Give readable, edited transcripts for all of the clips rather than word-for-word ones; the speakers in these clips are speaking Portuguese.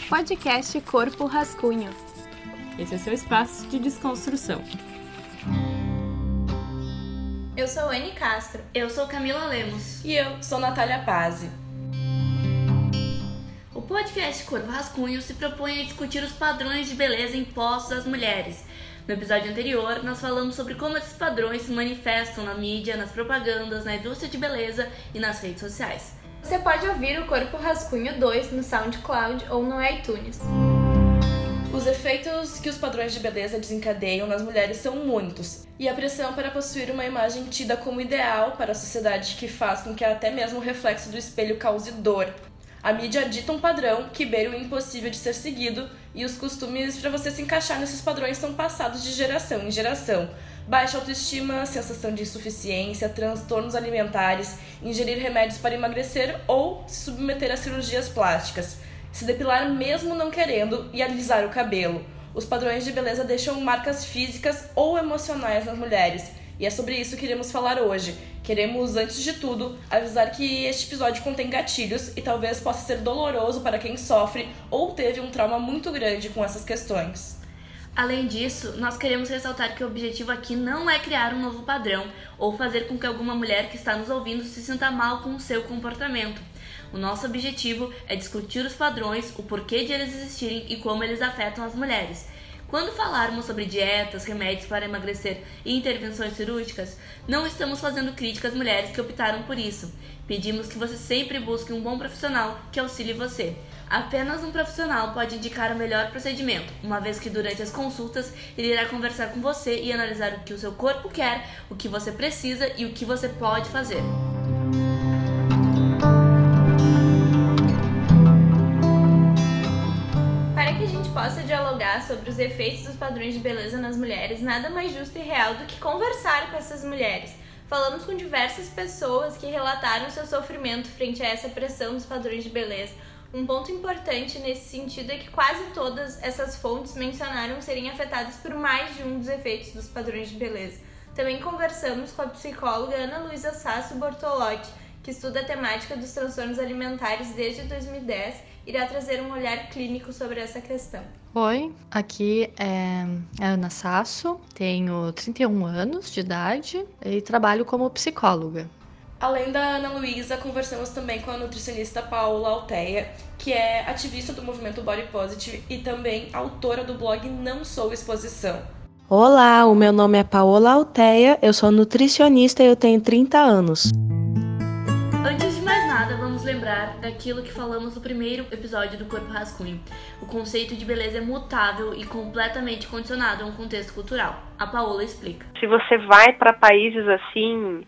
Podcast Corpo Rascunho. Esse é seu espaço de desconstrução. Eu sou Anne Castro. Eu sou Camila Lemos. E eu sou Natália Pazzi. O podcast Corpo Rascunho se propõe a discutir os padrões de beleza impostos às mulheres. No episódio anterior, nós falamos sobre como esses padrões se manifestam na mídia, nas propagandas, na indústria de beleza e nas redes sociais. Você pode ouvir o Corpo Rascunho 2 no SoundCloud ou no iTunes. Os efeitos que os padrões de beleza desencadeiam nas mulheres são muitos, e a pressão para possuir uma imagem tida como ideal para a sociedade que faz com que até mesmo o reflexo do espelho cause dor. A mídia dita um padrão que beira o impossível de ser seguido, e os costumes para você se encaixar nesses padrões são passados de geração em geração. Baixa autoestima, sensação de insuficiência, transtornos alimentares, ingerir remédios para emagrecer ou se submeter a cirurgias plásticas, se depilar mesmo não querendo e alisar o cabelo. Os padrões de beleza deixam marcas físicas ou emocionais nas mulheres, e é sobre isso que iremos falar hoje. Queremos, antes de tudo, avisar que este episódio contém gatilhos e talvez possa ser doloroso para quem sofre ou teve um trauma muito grande com essas questões. Além disso, nós queremos ressaltar que o objetivo aqui não é criar um novo padrão ou fazer com que alguma mulher que está nos ouvindo se sinta mal com o seu comportamento. O nosso objetivo é discutir os padrões, o porquê de eles existirem e como eles afetam as mulheres. Quando falarmos sobre dietas, remédios para emagrecer e intervenções cirúrgicas, não estamos fazendo críticas às mulheres que optaram por isso. Pedimos que você sempre busque um bom profissional que auxilie você. Apenas um profissional pode indicar o melhor procedimento, uma vez que durante as consultas ele irá conversar com você e analisar o que o seu corpo quer, o que você precisa e o que você pode fazer. Para que a gente possa dialogar sobre os efeitos dos padrões de beleza nas mulheres, nada mais justo e real do que conversar com essas mulheres. Falamos com diversas pessoas que relataram seu sofrimento frente a essa pressão dos padrões de beleza. Um ponto importante nesse sentido é que quase todas essas fontes mencionaram serem afetadas por mais de um dos efeitos dos padrões de beleza. Também conversamos com a psicóloga Ana Luísa Sasso Bortolotti, que estuda a temática dos transtornos alimentares desde 2010, irá trazer um olhar clínico sobre essa questão. Oi, aqui é a Ana Sasso, tenho 31 anos de idade e trabalho como psicóloga. Além da Ana Luísa, conversamos também com a nutricionista Paola Alteia, que é ativista do movimento Body Positive e também autora do blog Não Sou Exposição. Olá, o meu nome é Paola Alteia, eu sou nutricionista e eu tenho 30 anos. Antes de mais nada, vamos lembrar daquilo que falamos no primeiro episódio do Corpo Rascunho. O conceito de beleza é mutável e completamente condicionado a um contexto cultural. A Paola explica. Se você vai para países assim,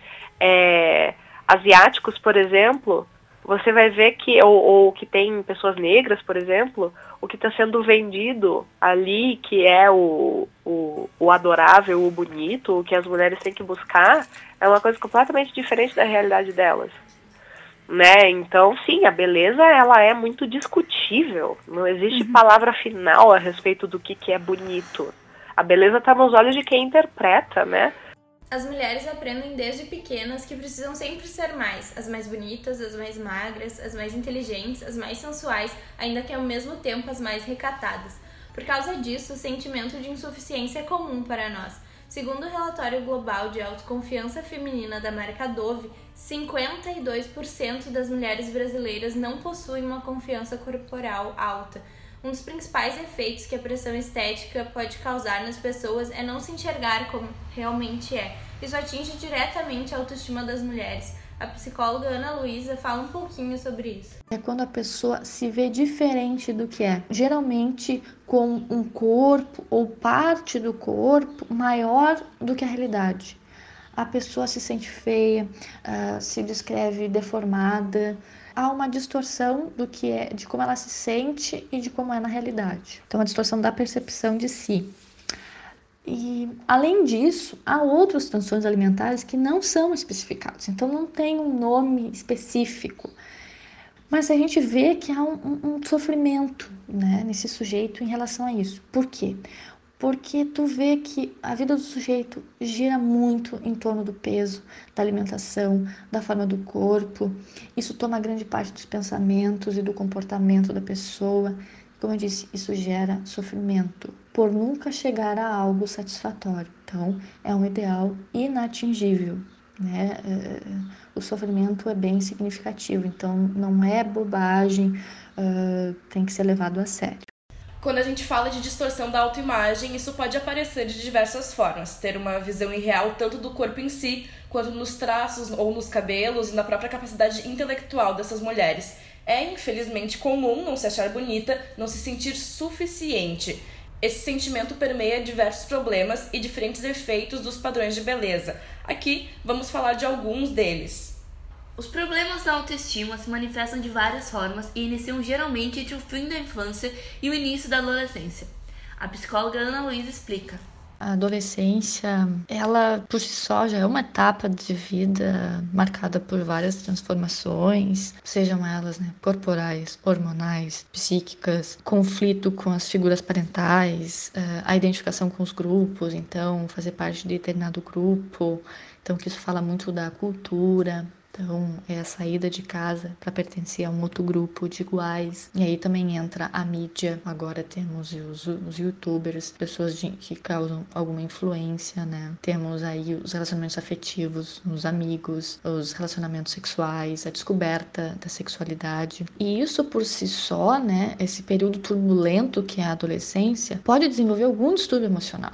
asiáticos, por exemplo, você vai ver que, ou que tem pessoas negras, por exemplo, o que está sendo vendido ali, que é o adorável, o bonito, o que as mulheres têm que buscar, é uma coisa completamente diferente da realidade delas. Né? Então, sim, a beleza ela é muito discutível. Não existe palavra final a respeito do que é bonito. A beleza está nos olhos de quem interpreta, né? As mulheres aprendem desde pequenas que precisam sempre ser mais, as mais bonitas, as mais magras, as mais inteligentes, as mais sensuais, ainda que ao mesmo tempo as mais recatadas. Por causa disso, o sentimento de insuficiência é comum para nós. Segundo o relatório global de autoconfiança feminina da marca Dove, 52% das mulheres brasileiras não possuem uma confiança corporal alta. Um dos principais efeitos que a pressão estética pode causar nas pessoas é não se enxergar como realmente é. Isso atinge diretamente a autoestima das mulheres. A psicóloga Ana Luísa fala um pouquinho sobre isso. É quando a pessoa se vê diferente do que é. Geralmente com um corpo ou parte do corpo maior do que a realidade. A pessoa se sente feia, se descreve deformada. Há uma distorção do que é, de como ela se sente e de como é na realidade. Então, uma distorção da percepção de si. E, além disso, há outros transtornos alimentares que não são especificados. Então, não tem um nome específico. Mas a gente vê que há um sofrimento, né, nesse sujeito em relação a isso. Por quê? Porque tu vê que a vida do sujeito gira muito em torno do peso, da alimentação, da forma do corpo. Isso toma grande parte dos pensamentos e do comportamento da pessoa. como eu disse, isso gera sofrimento por nunca chegar a algo satisfatório. Então, é um ideal inatingível, né? O sofrimento é bem significativo, então não é bobagem, tem que ser levado a sério. Quando a gente fala de distorção da autoimagem, isso pode aparecer de diversas formas. Ter uma visão irreal tanto do corpo em si, quanto nos traços ou nos cabelos e na própria capacidade intelectual dessas mulheres. É, infelizmente, comum não se achar bonita, não se sentir suficiente. Esse sentimento permeia diversos problemas e diferentes efeitos dos padrões de beleza. Aqui, vamos falar de alguns deles. Os problemas da autoestima se manifestam de várias formas e iniciam geralmente entre o fim da infância e o início da adolescência. A psicóloga Ana Luísa explica. A adolescência, ela por si só já é uma etapa de vida marcada por várias transformações, sejam elas, corporais, hormonais, psíquicas, conflito com as figuras parentais, a identificação com os grupos, então fazer parte de determinado grupo, então que isso fala muito da cultura. Então, é a saída de casa para pertencer a um outro grupo de iguais. E aí também entra a mídia. Agora temos os youtubers, pessoas que causam alguma influência, né? Temos aí os relacionamentos afetivos, os amigos, os relacionamentos sexuais, a descoberta da sexualidade. E isso por si só, né? Esse período turbulento que é a adolescência, pode desenvolver algum distúrbio emocional.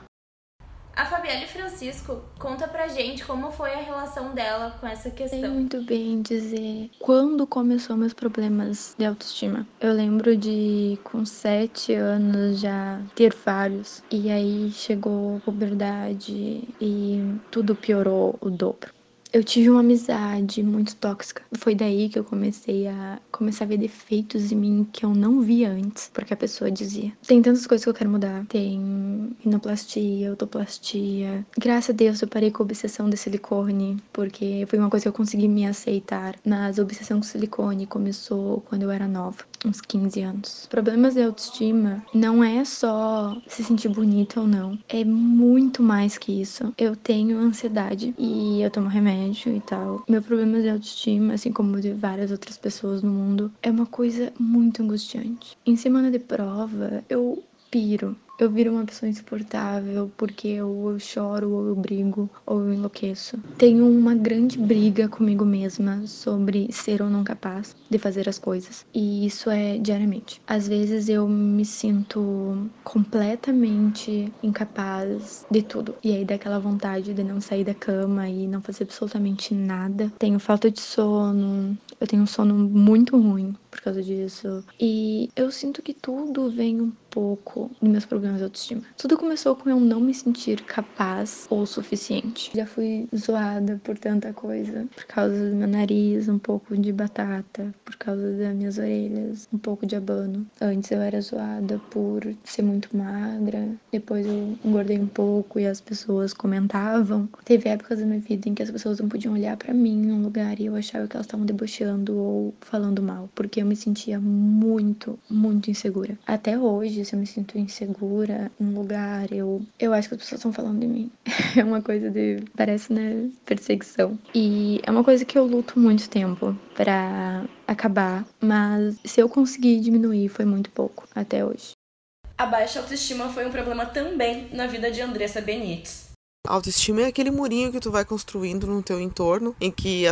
A Fabielle Francisco conta pra gente como foi a relação dela com essa questão. Sei muito bem dizer quando começou meus problemas de autoestima. Eu lembro de, com 7 anos, já ter vários. E aí chegou a puberdade e tudo piorou o dobro. Eu tive uma amizade muito tóxica. Foi daí que eu comecei a ver defeitos em mim que eu não via antes. Porque a pessoa dizia, tem tantas coisas que eu quero mudar. Tem rinoplastia, autoplastia. Graças a Deus eu parei com a obsessão de silicone. Porque foi uma coisa que eu consegui me aceitar. Mas a obsessão com silicone começou quando eu era nova. Uns 15 anos. Problemas de autoestima não é só se sentir bonita ou não. É muito mais que isso. Eu tenho ansiedade e eu tomo remédio e tal. Meu problema de autoestima, assim como de várias outras pessoas no mundo, é uma coisa muito angustiante. Em semana de prova, eu piro. Eu viro uma pessoa insuportável porque ou eu choro, ou eu brigo, ou eu enlouqueço. Tenho uma grande briga comigo mesma sobre ser ou não capaz de fazer as coisas. E isso é diariamente. Às vezes eu me sinto completamente incapaz de tudo. E aí dá aquela vontade de não sair da cama e não fazer absolutamente nada. Tenho falta de sono. Eu tenho um sono muito ruim por causa disso. E eu sinto que tudo vem um pouco dos meus problemas de autoestima. Tudo começou com eu não me sentir capaz ou suficiente. Já fui zoada por tanta coisa. Por causa do meu nariz, um pouco de batata. Por causa das minhas orelhas, um pouco de abano. Antes eu era zoada por ser muito magra. Depois eu engordei um pouco e as pessoas comentavam. Teve épocas da minha vida em que as pessoas não podiam olhar pra mim em um lugar e eu achava que elas estavam debochando ou falando mal. Porque eu me sentia muito, muito insegura. Até hoje, se eu me sinto insegura em um lugar, eu acho que as pessoas estão falando de mim. É uma coisa parece, né, perseguição. E é uma coisa que eu luto muito tempo pra acabar, mas se eu conseguir diminuir, foi muito pouco até hoje. A baixa autoestima foi um problema também na vida de Andressa Benites. A autoestima é aquele murinho que tu vai construindo no teu entorno, em que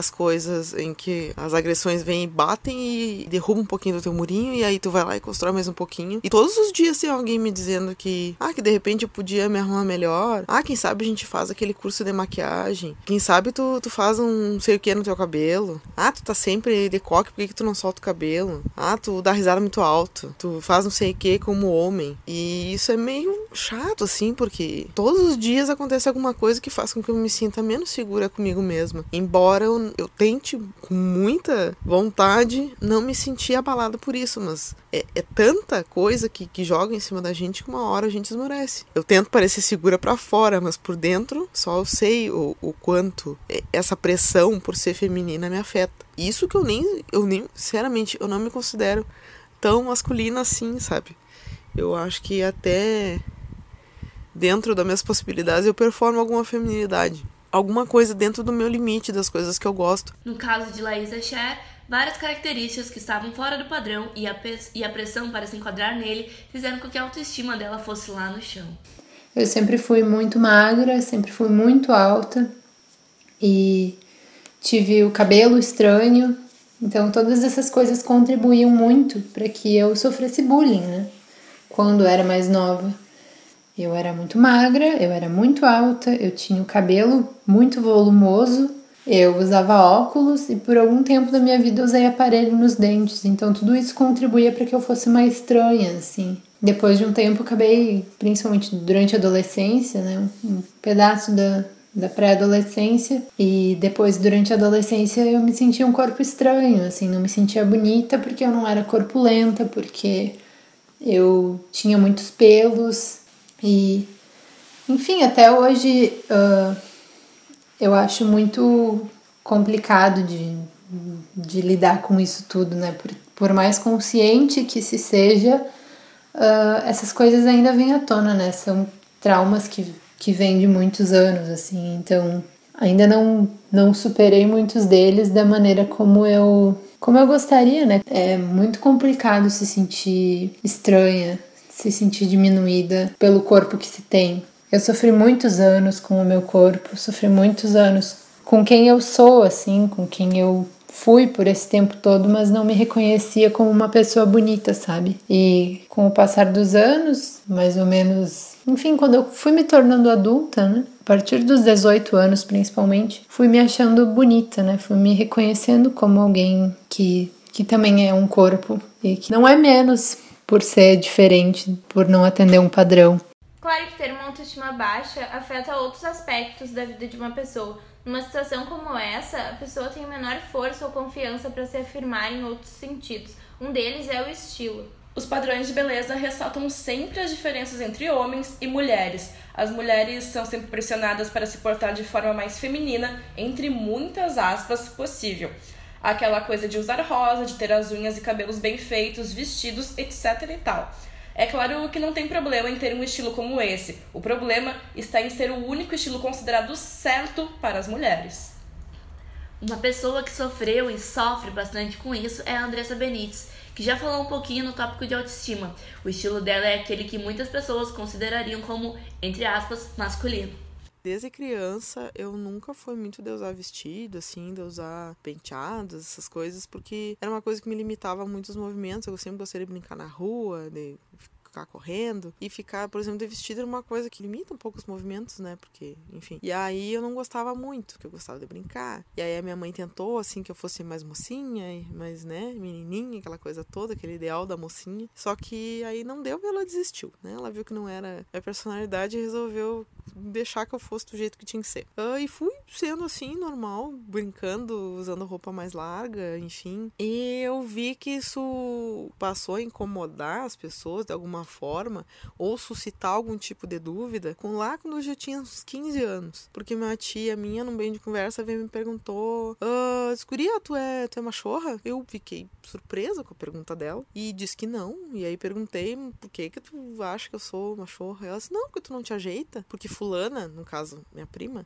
as agressões vêm e batem e derrubam um pouquinho do teu murinho, e aí tu vai lá e constrói mais um pouquinho. E todos os dias tem alguém me dizendo que de repente eu podia me arrumar melhor. Quem sabe a gente faz aquele curso de maquiagem. Quem sabe tu faz um não sei o que no teu cabelo. Tu tá sempre de coque, por que tu não solta o cabelo? Tu dá risada muito alto. Tu faz não sei o que como homem. E isso é meio chato, assim, porque todos os dias acontece alguma coisa que faz com que eu me sinta menos segura comigo mesma. Embora eu tente, com muita vontade, não me sentir abalada por isso, mas é tanta coisa que joga em cima da gente que uma hora a gente esmorece. Eu tento parecer segura pra fora, mas por dentro só eu sei o quanto essa pressão por ser feminina me afeta. Isso que eu nem, sinceramente, eu não me considero tão masculina assim, sabe? Eu acho que até dentro das minhas possibilidades eu performo alguma feminilidade. Alguma coisa dentro do meu limite, das coisas que eu gosto. No caso de Laísa Scher, Várias características que estavam fora do padrão e a pressão para se enquadrar nele fizeram com que a autoestima dela fosse lá no chão. Eu sempre fui muito magra, sempre fui muito alta e tive o cabelo estranho. Então todas essas coisas contribuíam muito para que eu sofresse bullying, né? Quando eu era mais nova. Eu era muito magra, eu era muito alta, eu tinha o cabelo muito volumoso, eu usava óculos e por algum tempo da minha vida eu usei aparelho nos dentes. Então tudo isso contribuía para que eu fosse mais estranha, assim. Depois de um tempo eu acabei, principalmente durante a adolescência, né? Um pedaço da pré-adolescência, e depois durante a adolescência eu me sentia um corpo estranho, assim, não me sentia bonita porque eu não era corpulenta, porque eu tinha muitos pelos e, enfim, até hoje eu acho muito complicado de lidar com isso tudo, né? Por mais consciente que se seja, essas coisas ainda vêm à tona, né? São traumas que vêm de muitos anos, assim, então ainda não superei muitos deles da maneira como eu gostaria, né? É muito complicado se sentir estranha, se sentir diminuída pelo corpo que se tem. Eu sofri muitos anos com o meu corpo, sofri muitos anos com quem eu sou, assim, com quem eu fui por esse tempo todo, mas não me reconhecia como uma pessoa bonita, sabe? E com o passar dos anos, mais ou menos, enfim, quando eu fui me tornando adulta, né? A partir dos 18 anos, principalmente, fui me achando bonita, né? Fui me reconhecendo como alguém que também é um corpo e que não é menos por ser diferente, por não atender um padrão. Claro que ter uma autoestima baixa afeta outros aspectos da vida de uma pessoa. Numa situação como essa, a pessoa tem menor força ou confiança para se afirmar em outros sentidos. Um deles é o estilo. Os padrões de beleza ressaltam sempre as diferenças entre homens e mulheres. As mulheres são sempre pressionadas para se portar de forma mais feminina, entre muitas aspas, possível. Aquela coisa de usar rosa, de ter as unhas e cabelos bem feitos, vestidos, etc e tal. É claro que não tem problema em ter um estilo como esse. O problema está em ser o único estilo considerado certo para as mulheres. Uma pessoa que sofreu e sofre bastante com isso é a Andressa Benites, que já falou um pouquinho no tópico de autoestima. O estilo dela é aquele que muitas pessoas considerariam como, entre aspas, masculino. Desde criança, eu nunca fui muito de usar vestido, assim, de usar penteados, essas coisas, porque era uma coisa que me limitava a muitos movimentos. Eu sempre gostei de brincar na rua, de ficar correndo, e ficar, por exemplo, de vestido era uma coisa que limita um pouco os movimentos, né, porque, enfim. E aí eu não gostava muito, porque eu gostava de brincar. E aí a minha mãe tentou, assim, que eu fosse mais mocinha, mais, né, menininha, aquela coisa toda, aquele ideal da mocinha. Só que aí não deu e ela desistiu, né, ela viu que não era a personalidade e resolveu deixar que eu fosse do jeito que tinha que ser. E fui sendo assim, normal, brincando, usando roupa mais larga, enfim. E eu vi que isso passou a incomodar as pessoas de alguma forma, ou suscitar algum tipo de dúvida, quando eu já tinha uns 15 anos. Porque uma tia minha, num bem de conversa, veio e me perguntou: Guria, tu é machorra? Eu fiquei surpresa com a pergunta dela e disse que não. E aí perguntei: por que tu acha que eu sou machorra? Ela disse: não, porque tu não te ajeita. Porque fulana, no caso, minha prima,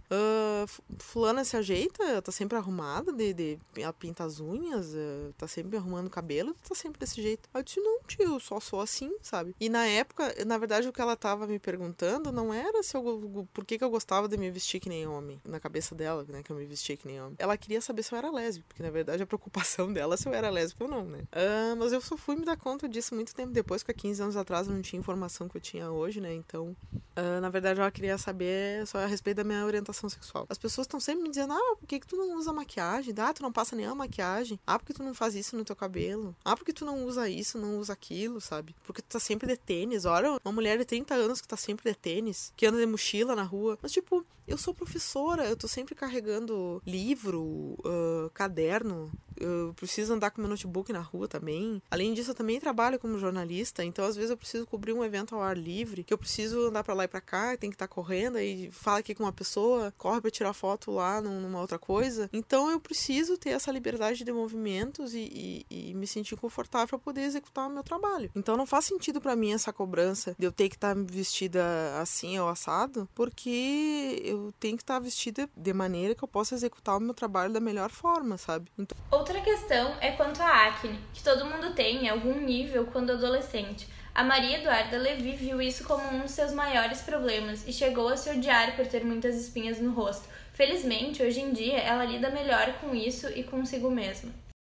fulana se ajeita, ela tá sempre arrumada, ela pinta as unhas, tá sempre arrumando o cabelo, tá sempre desse jeito. Aí eu disse: não, tio, eu só sou assim, sabe? E na época, na verdade, o que ela tava me perguntando não era por que eu gostava de me vestir que nem homem, na cabeça dela, né, que eu me vestia que nem homem. Ela queria saber se eu era lésbica, porque na verdade a preocupação dela é se eu era lésbica ou não, né? Mas eu só fui me dar conta disso muito tempo depois, porque há 15 anos atrás eu não tinha informação que eu tinha hoje, né? Então, na verdade, ela queria saber só a respeito da minha orientação sexual. As pessoas estão sempre me dizendo: por que tu não usa maquiagem? Tu não passa nenhuma maquiagem? Por que tu não faz isso no teu cabelo? Por que tu não usa isso, não usa aquilo, sabe? Porque tu tá sempre de tênis. Olha, uma mulher de 30 anos que tá sempre de tênis, que anda de mochila na rua. Mas, tipo, eu sou professora, eu tô sempre carregando livro, caderno, eu preciso andar com meu notebook na rua também. Além disso, eu também trabalho como jornalista, então às vezes eu preciso cobrir um evento ao ar livre, que eu preciso andar pra lá e pra cá, tem que estar correndo, aí fala aqui com uma pessoa, corre pra tirar foto lá numa outra coisa. Então eu preciso ter essa liberdade de movimentos e me sentir confortável pra poder executar o meu trabalho. Então não faz sentido pra mim essa cobrança de eu ter que estar vestida assim ou assado, porque eu tenho que estar vestida de maneira que eu possa executar o meu trabalho da melhor forma, sabe? Outra Outra questão é quanto à acne, que todo mundo tem em algum nível quando adolescente. A Maria Eduarda Levi viu isso como um dos seus maiores problemas e chegou a se odiar por ter muitas espinhas no rosto. Felizmente, hoje em dia, ela lida melhor com isso e consigo mesma.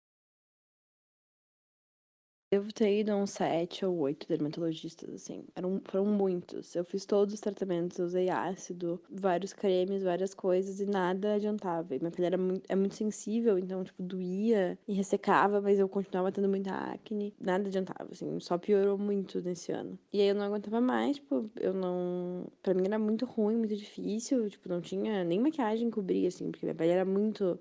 Devo ter ido a uns 7 ou 8 dermatologistas, assim. Foram muitos. Eu fiz todos os tratamentos, eu usei ácido, vários cremes, várias coisas, e nada adiantava. E minha pele é muito sensível, então, tipo, doía e ressecava, mas eu continuava tendo muita acne. Nada adiantava, assim, só piorou muito nesse ano. E aí eu não aguentava mais, tipo, eu não... Pra mim era muito ruim, muito difícil, tipo, não tinha nem maquiagem que cobria, assim, porque minha pele era muito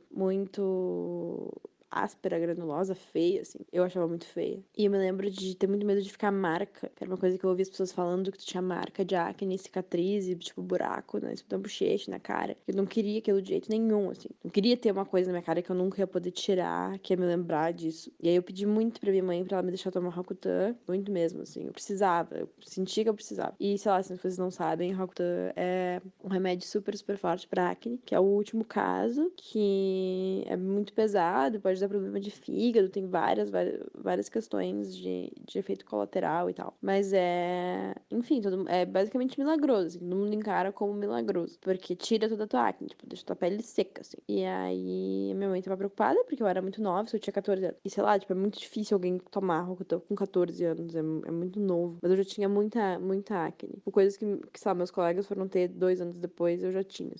áspera, granulosa, feia, assim. Eu achava muito feia. E eu me lembro de ter muito medo de ficar marca, que era uma coisa que eu ouvia as pessoas falando, que tu tinha marca de acne, cicatriz e, tipo, buraco na bochecha, na cara. Eu não queria aquilo de jeito nenhum, assim. Não queria ter uma coisa na minha cara que eu nunca ia poder tirar, que ia me lembrar disso. E aí eu pedi muito pra minha mãe pra ela me deixar tomar Roacutan, muito mesmo, assim. Eu precisava, eu sentia que eu precisava. E, sei lá, se vocês não sabem, Roacutan é um remédio super, super forte pra acne, que é o último caso, que é muito pesado, pode dar problema de fígado, tem várias questões de efeito colateral e tal. Mas enfim, é basicamente milagroso, assim, todo mundo encara como milagroso, porque tira toda a tua acne, tipo, deixa tua pele seca, assim. E aí, minha mãe tava preocupada, porque eu era muito nova, eu tinha 14 anos. E sei lá, tipo, é muito difícil alguém tomar Roacutan com 14 anos, é muito novo. Mas eu já tinha muita acne. Por coisas que, sei lá, meus colegas foram ter 2 anos depois, eu já tinha.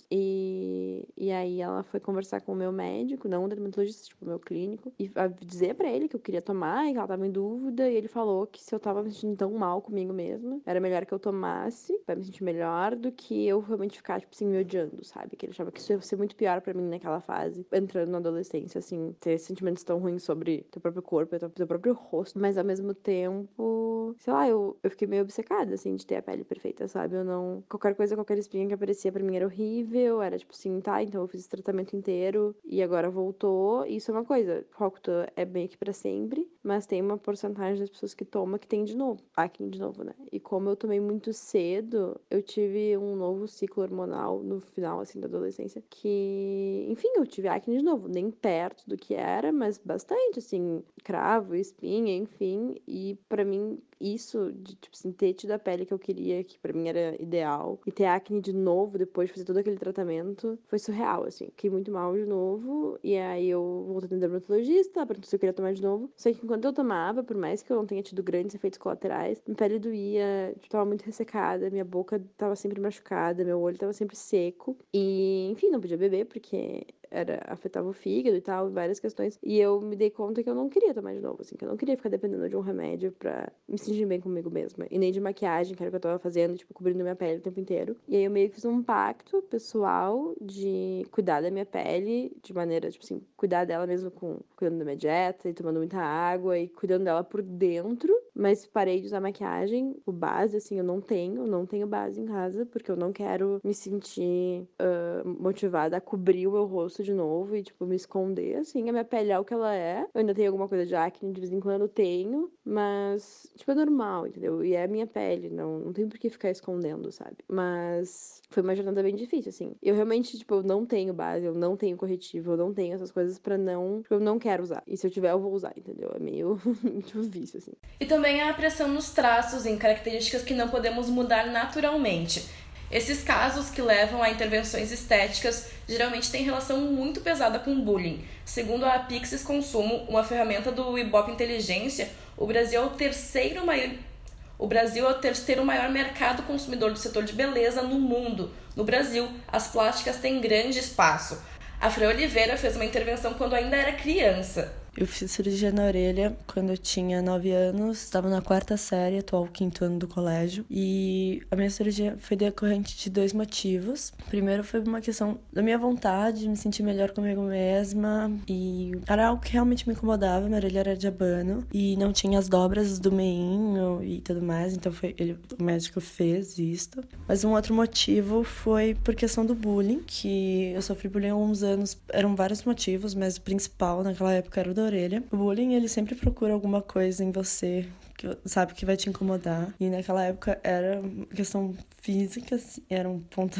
E aí ela foi conversar com o meu médico, não o dermatologista, tipo, o meu clínico, e dizer pra ele que eu queria tomar e que ela tava em dúvida, e ele falou que se eu tava me sentindo tão mal comigo mesma, era melhor que eu tomasse pra me sentir melhor do que eu realmente ficar, tipo assim, me odiando, sabe? Que ele achava que isso ia ser muito pior pra mim naquela fase, entrando na adolescência, assim, ter sentimentos tão ruins sobre teu próprio corpo, teu próprio rosto, mas ao mesmo tempo, sei lá, eu fiquei meio obcecada, assim, de ter a pele perfeita, sabe? Eu não... Qualquer espinha que aparecia pra mim era horrível, era tipo assim, tá, então eu fiz esse tratamento inteiro e agora voltou. E isso é uma coisa, Roacutan é bem que pra sempre, mas tem uma porcentagem das pessoas que toma que tem de novo, acne de novo, né? E como eu tomei muito cedo, eu tive um novo ciclo hormonal no final, assim, da adolescência, que, enfim, eu tive acne de novo, nem perto do que era, mas bastante, assim, cravo, espinha, enfim, e pra mim isso de, tipo assim, ter tido a pele que eu queria, que pra mim era ideal, e ter acne de novo depois de fazer todo aquele tratamento, foi surreal, assim. Fiquei muito mal de novo, e aí eu voltei no dermatologista, perguntou se eu queria tomar de novo. Só que enquanto eu tomava, por mais que eu não tenha tido grandes efeitos colaterais, minha pele doía, tipo, tava muito ressecada, minha boca tava sempre machucada, meu olho tava sempre seco, e, enfim, não podia beber, porque afetava o fígado e tal, várias questões. E eu me dei conta que eu não queria tomar de novo, assim, que eu não queria ficar dependendo de um remédio pra me sentir bem comigo mesma. E nem de maquiagem, que era o que eu tava fazendo, tipo, cobrindo minha pele o tempo inteiro. E aí eu meio que fiz um pacto pessoal de cuidar da minha pele de maneira, tipo assim, cuidar dela mesmo cuidando da minha dieta e tomando muita água e cuidando dela por dentro. Mas parei de usar maquiagem, o base, assim, eu não tenho base em casa, porque eu não quero me sentir motivada a cobrir o meu rosto de novo e, tipo, me esconder, assim. A minha pele é o que ela é. Eu ainda tenho alguma coisa de acne, de vez em quando tenho, mas, tipo, é normal, entendeu? E é a minha pele, não tem por que ficar escondendo, sabe? Mas foi uma jornada bem difícil, assim. Eu realmente, tipo, eu não tenho base, eu não tenho corretivo, eu não tenho essas coisas pra não... Tipo, eu não quero usar. E se eu tiver, eu vou usar, entendeu? É meio, tipo, vício, assim. E também a pressão nos traços, em características que não podemos mudar naturalmente. Esses casos que levam a intervenções estéticas geralmente têm relação muito pesada com bullying. Segundo a Pixis Consumo, uma ferramenta do Ibope Inteligência, o Brasil é o terceiro maior mercado consumidor do setor de beleza no mundo. No Brasil, as plásticas têm grande espaço. A Fran Oliveira fez uma intervenção quando ainda era criança. Eu fiz cirurgia na orelha quando eu tinha 9 anos, estava na 4ª série, atual 5º ano do colégio. E a minha cirurgia foi decorrente de 2 motivos. Primeiro foi uma questão da minha vontade de me sentir melhor comigo mesma. E era algo que realmente me incomodava, minha orelha era de abano e não tinha as dobras do meinho e tudo mais. Então o médico fez isto. Mas um outro motivo foi por questão do bullying, que eu sofri bullying há uns anos. Eram vários motivos, mas o principal naquela época era o da orelha. O bullying, ele sempre procura alguma coisa em você que sabe que vai te incomodar. E naquela época era questão física, assim, era um ponto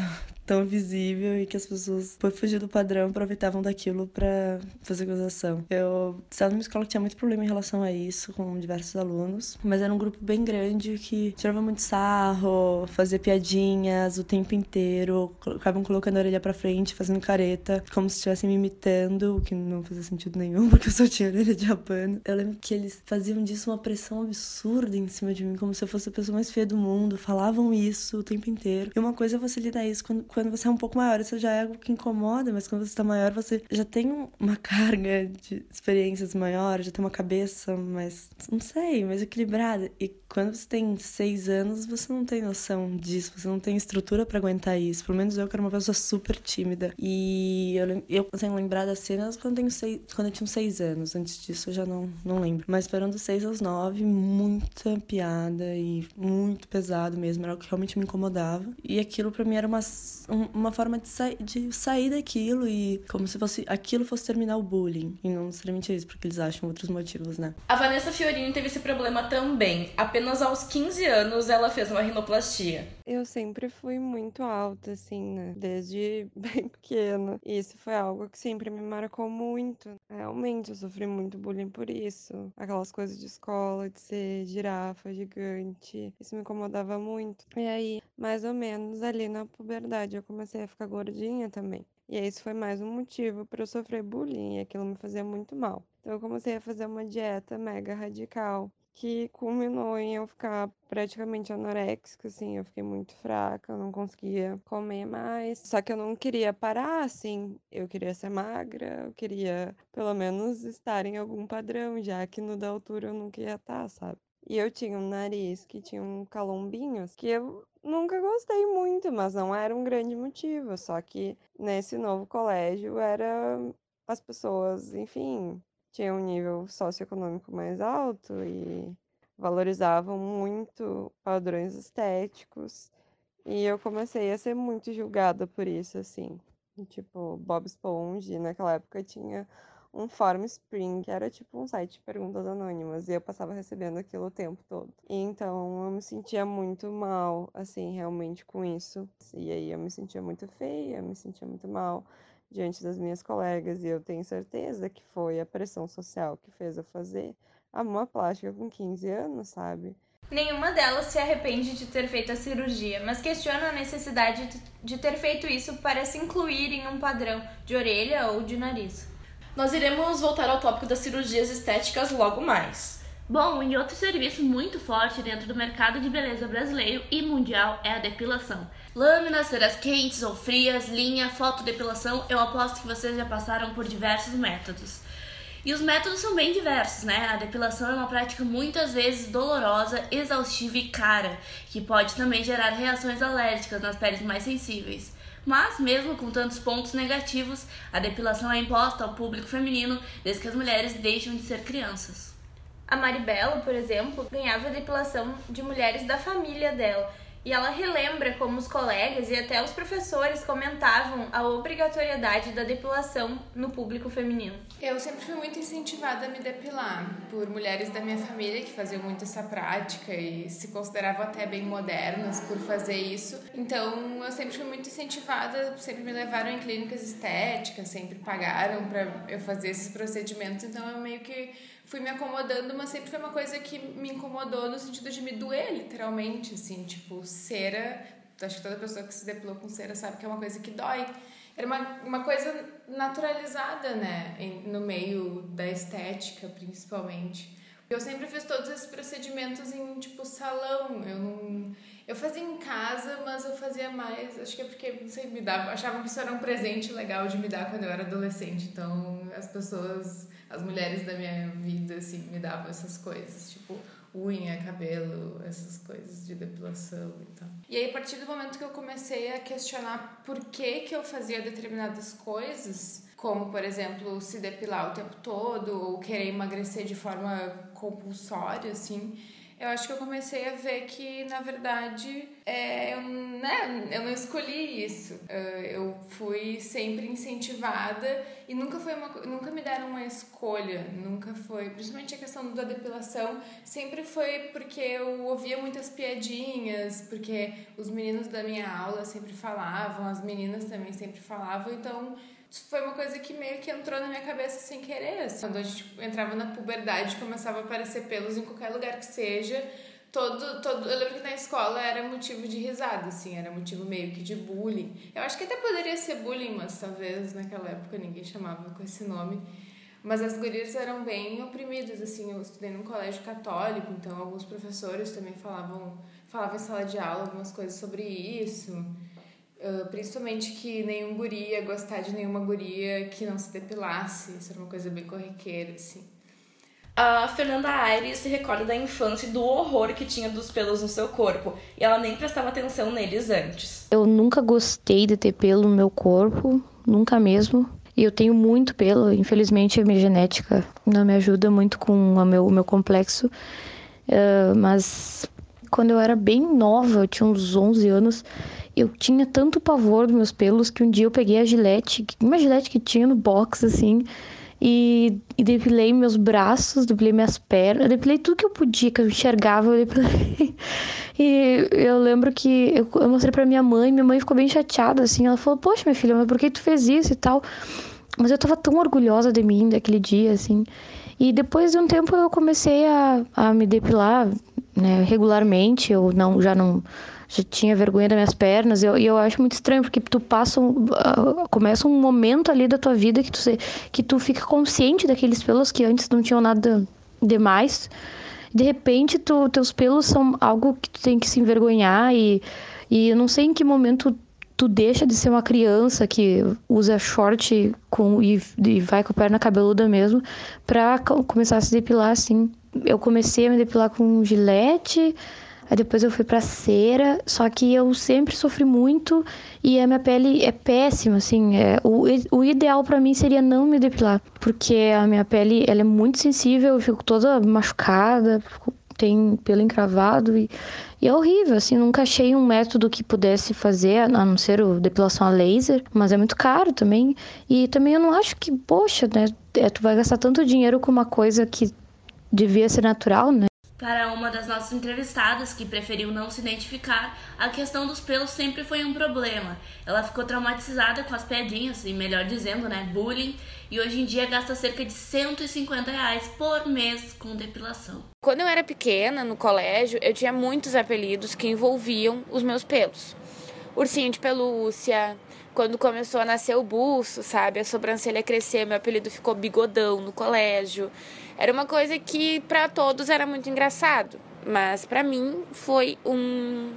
tão visível e que as pessoas, por fugir do padrão, aproveitavam daquilo pra fazer gozação. Eu estava numa escola que tinha muito problema em relação a isso, com diversos alunos, mas era um grupo bem grande que tirava muito sarro, fazia piadinhas o tempo inteiro, acabavam colocando a orelha pra frente, fazendo careta, como se estivessem me imitando, o que não fazia sentido nenhum, porque eu só tinha orelha de abano. Eu lembro que eles faziam disso uma pressão absurda em cima de mim, como se eu fosse a pessoa mais feia do mundo, falavam isso o tempo inteiro. E uma coisa é você lidar isso quando você é um pouco maior, isso já é algo que incomoda, mas quando você tá maior, você já tem uma carga de experiências maior, já tem uma cabeça mais, não sei, mais equilibrada. E quando você tem 6 anos, você não tem noção disso, você não tem estrutura pra aguentar isso. Pelo menos eu, que era uma pessoa super tímida. E eu tenho lembrar das cenas quando eu tinha 6 anos. Antes disso eu já não lembro. Mas foram dos 6 aos 9, muita piada e muito pesado mesmo. Era o que realmente me incomodava. E aquilo pra mim era uma forma de sair daquilo e como se aquilo fosse terminar o bullying. E não necessariamente isso, porque eles acham outros motivos, né? A Vanessa Fiorini teve esse problema também. Apenas aos 15 anos ela fez uma rinoplastia. Eu sempre fui muito alta, assim, né? Desde bem pequena. E isso foi algo que sempre me marcou muito. Realmente, eu sofri muito bullying por isso. Aquelas coisas de escola, de ser girafa, gigante. Isso me incomodava muito. E aí, mais ou menos ali na puberdade, eu comecei a ficar gordinha também. E aí, isso foi mais um motivo para eu sofrer bullying. E aquilo me fazia muito mal. Então, eu comecei a fazer uma dieta mega radical, que culminou em eu ficar praticamente anoréxica, assim, eu fiquei muito fraca, eu não conseguia comer mais. Só que eu não queria parar, assim, eu queria ser magra, eu queria pelo menos estar em algum padrão, já que no da altura eu nunca ia estar, sabe? E eu tinha um nariz que tinha um calombinhos que eu nunca gostei muito, mas não era um grande motivo. Só que nesse novo colégio as pessoas, enfim, tinham um nível socioeconômico mais alto e valorizavam muito padrões estéticos. E eu comecei a ser muito julgada por isso, assim. Tipo, Bob Esponja, naquela época tinha um Formspring, que era tipo um site de perguntas anônimas, e eu passava recebendo aquilo o tempo todo. E então eu me sentia muito mal, assim, realmente com isso. E aí eu me sentia muito feia, eu me sentia muito mal diante das minhas colegas, e eu tenho certeza que foi a pressão social que fez eu fazer a mama plástica com 15 anos, sabe? Nenhuma delas se arrepende de ter feito a cirurgia, mas questiona a necessidade de ter feito isso para se incluir em um padrão de orelha ou de nariz. Nós iremos voltar ao tópico das cirurgias estéticas logo mais. Bom, e outro serviço muito forte dentro do mercado de beleza brasileiro e mundial é a depilação. Lâminas, ceras quentes ou frias, linha, fotodepilação, eu aposto que vocês já passaram por diversos métodos. E os métodos são bem diversos, né? A depilação é uma prática muitas vezes dolorosa, exaustiva e cara, que pode também gerar reações alérgicas nas peles mais sensíveis. Mas, mesmo com tantos pontos negativos, a depilação é imposta ao público feminino desde que as mulheres deixam de ser crianças. A Maribela, por exemplo, ganhava a depilação de mulheres da família dela. E ela relembra como os colegas e até os professores comentavam a obrigatoriedade da depilação no público feminino. Eu sempre fui muito incentivada a me depilar por mulheres da minha família que faziam muito essa prática e se consideravam até bem modernas por fazer isso. Então eu sempre fui muito incentivada, sempre me levaram em clínicas estéticas, sempre pagaram para eu fazer esses procedimentos. Então eu meio que fui me acomodando, mas sempre foi uma coisa que me incomodou no sentido de me doer, literalmente, assim, tipo, cera. Acho que toda pessoa que se depilou com cera sabe que é uma coisa que dói. Era uma coisa naturalizada, né, no meio da estética, principalmente. Eu sempre fiz todos esses procedimentos em, tipo, salão. Eu fazia em casa, mas eu fazia mais, acho que é porque, não sei, achavam que isso era um presente legal de me dar quando eu era adolescente. Então, as mulheres da minha vida, assim, me davam essas coisas, tipo, unha, cabelo, essas coisas de depilação e tal. E aí, a partir do momento que eu comecei a questionar por que eu fazia determinadas coisas, como, por exemplo, se depilar o tempo todo ou querer emagrecer de forma compulsória, assim, Eu acho que eu comecei a ver que, na verdade, eu não escolhi isso. Eu fui sempre incentivada e nunca me deram uma escolha. Nunca foi, principalmente a questão da depilação, sempre foi porque eu ouvia muitas piadinhas, porque os meninos da minha aula sempre falavam, as meninas também sempre falavam, então foi uma coisa que meio que entrou na minha cabeça sem querer, assim. Quando a gente entrava na puberdade, começava a aparecer pelos em qualquer lugar que seja, eu lembro que na escola era motivo de risada, assim, era motivo meio que de bullying. Eu acho que até poderia ser bullying, mas talvez naquela época ninguém chamava com esse nome. Mas as gurias eram bem oprimidas, assim, eu estudei num colégio católico, então alguns professores também falavam em sala de aula algumas coisas sobre isso. Principalmente que nenhum guri ia gostar de nenhuma guria que não se depilasse. Isso era uma coisa bem corriqueira, assim. A Fernanda Aires se recorda da infância e do horror que tinha dos pelos no seu corpo. E ela nem prestava atenção neles antes. Eu nunca gostei de ter pelo no meu corpo, nunca mesmo. E eu tenho muito pelo, infelizmente a minha genética não me ajuda muito com o meu complexo. Mas quando eu era bem nova, eu tinha uns 11 anos, eu tinha tanto pavor dos meus pelos que um dia eu peguei uma gilete que tinha no box, assim, e depilei meus braços, depilei minhas pernas, depilei tudo que eu podia, que eu enxergava, eu depilei. E eu lembro que eu mostrei pra minha mãe ficou bem chateada, assim, ela falou, poxa, minha filha, mas por que tu fez isso e tal? Mas eu tava tão orgulhosa de mim daquele dia, assim. E depois de um tempo eu comecei a me depilar, né, regularmente, já tinha vergonha das minhas pernas, e eu acho muito estranho, porque tu começa um momento ali da tua vida que tu fica consciente daqueles pelos que antes não tinham nada demais. De repente, teus pelos são algo que tu tem que se envergonhar, e eu não sei em que momento tu deixa de ser uma criança que usa short e vai com a perna cabeluda mesmo, pra começar a se depilar, assim. Eu comecei a me depilar com gilete, aí depois eu fui pra cera, só que eu sempre sofri muito e a minha pele é péssima, assim. O ideal pra mim seria não me depilar, porque a minha pele ela é muito sensível, eu fico toda machucada, tem pelo encravado e é horrível, assim. Nunca achei um método que pudesse fazer, a não ser a depilação a laser, mas é muito caro também. E também eu não acho que, poxa, né, tu vai gastar tanto dinheiro com uma coisa que devia ser natural, né? Para uma das nossas entrevistadas, que preferiu não se identificar, a questão dos pelos sempre foi um problema. Ela ficou traumatizada com as piadinhas, e melhor dizendo, né, bullying, e hoje em dia gasta cerca de R$150 por mês com depilação. Quando eu era pequena, no colégio, eu tinha muitos apelidos que envolviam os meus pelos. Ursinho de pelúcia, quando começou a nascer o buço, sabe, a sobrancelha crescer, meu apelido ficou bigodão no colégio. Era uma coisa que para todos era muito engraçado, mas para mim foi um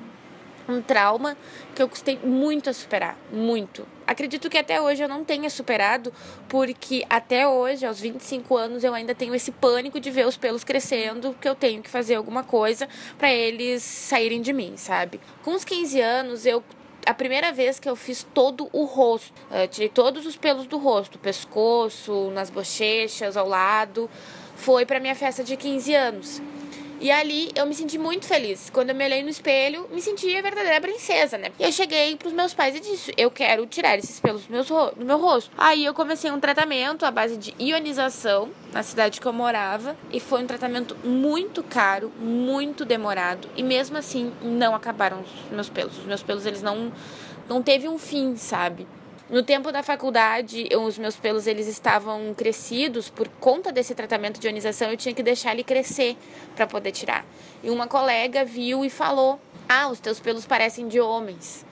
trauma que eu custei muito a superar, muito. Acredito que até hoje eu não tenha superado, porque até hoje, aos 25 anos, eu ainda tenho esse pânico de ver os pelos crescendo, que eu tenho que fazer alguma coisa para eles saírem de mim, sabe? Com os 15 anos, a primeira vez que eu fiz todo o rosto, tirei todos os pelos do rosto, pescoço, nas bochechas, ao lado, foi pra minha festa de 15 anos. E ali eu me senti muito feliz. Quando eu me olhei no espelho, me senti a verdadeira princesa, né? E eu cheguei pros meus pais e disse, eu quero tirar esses pelos do meu rosto. Aí eu comecei um tratamento à base de ionização na cidade que eu morava. E foi um tratamento muito caro, muito demorado. E mesmo assim, não acabaram os meus pelos. Os meus pelos, eles não teve um fim, sabe? No tempo da faculdade, os meus pelos eles estavam crescidos por conta desse tratamento de ionização. Eu tinha que deixar ele crescer para poder tirar. E uma colega viu e falou, os teus pelos parecem de homens.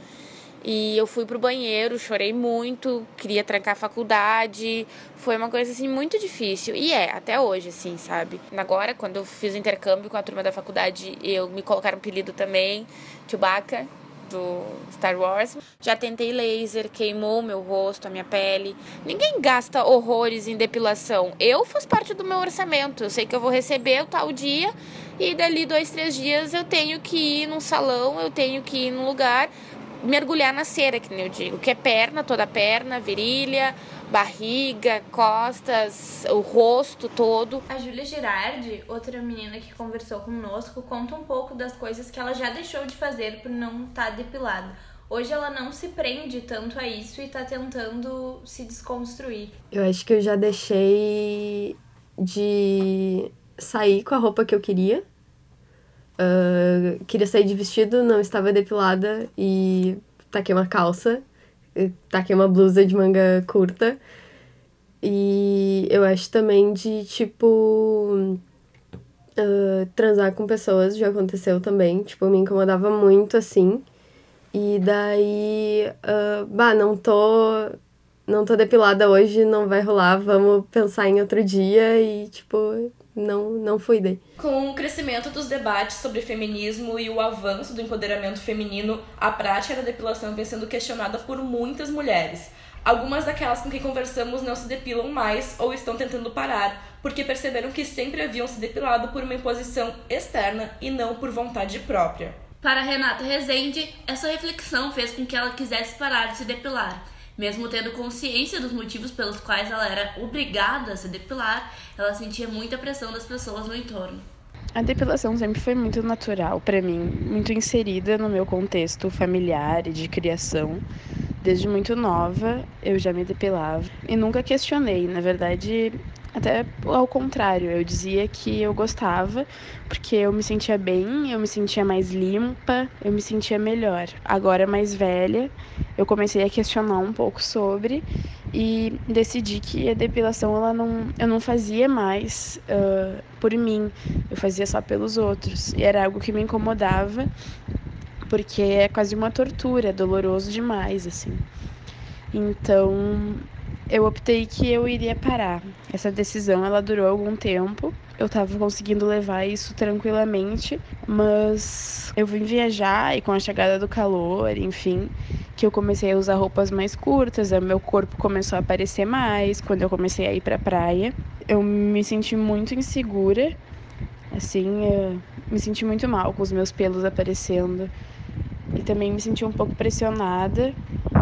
E eu fui pro banheiro, chorei muito, queria trancar a faculdade. Foi uma coisa, assim, muito difícil. E até hoje, assim, sabe? Agora, quando eu fiz o intercâmbio com a turma da faculdade, me colocaram um apelido também, Chewbacca, do Star Wars. Já tentei laser, queimou meu rosto, a minha pele. Ninguém gasta horrores em depilação. Eu faço parte do meu orçamento. Eu sei que eu vou receber o tal dia e dali 2-3 dias eu tenho que ir num salão, eu tenho que ir num lugar, mergulhar na cera, que nem eu digo. Que é perna, toda a perna, virilha, barriga, costas, o rosto todo. A Júlia Girardi, outra menina que conversou conosco, conta um pouco das coisas que ela já deixou de fazer por não estar depilada. Hoje ela não se prende tanto a isso e tá tentando se desconstruir. Eu acho que eu já deixei de sair com a roupa que eu queria. Queria sair de vestido, não estava depilada e taquei uma calça, taquei uma blusa de manga curta. E eu acho também de, tipo, transar com pessoas já aconteceu também. Tipo, me incomodava muito, assim. E daí, não tô depilada hoje, não vai rolar, vamos pensar em outro dia e, tipo, não fui daí. Com o crescimento dos debates sobre feminismo e o avanço do empoderamento feminino, a prática da depilação vem sendo questionada por muitas mulheres. Algumas daquelas com quem conversamos não se depilam mais ou estão tentando parar, porque perceberam que sempre haviam se depilado por uma imposição externa e não por vontade própria. Para Renata Rezende, essa reflexão fez com que ela quisesse parar de se depilar. Mesmo tendo consciência dos motivos pelos quais ela era obrigada a se depilar, ela sentia muita pressão das pessoas no entorno. A depilação sempre foi muito natural para mim, muito inserida no meu contexto familiar e de criação. Desde muito nova eu já me depilava e nunca questionei, na verdade, até ao contrário, eu dizia que eu gostava porque eu me sentia bem, eu me sentia mais limpa, eu me sentia melhor. Agora, mais velha, eu comecei a questionar um pouco sobre e decidi que a depilação eu não fazia mais por mim, eu fazia só pelos outros. E era algo que me incomodava porque é quase uma tortura, é doloroso demais, assim. Então, eu optei que eu iria parar. Essa decisão, ela durou algum tempo. Eu tava conseguindo levar isso tranquilamente, mas eu vim viajar e com a chegada do calor, enfim, que eu comecei a usar roupas mais curtas, meu corpo começou a aparecer mais quando eu comecei a ir pra praia. Eu me senti muito insegura, assim, me senti muito mal com os meus pelos aparecendo. E também me senti um pouco pressionada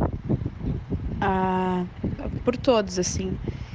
por todos, assim.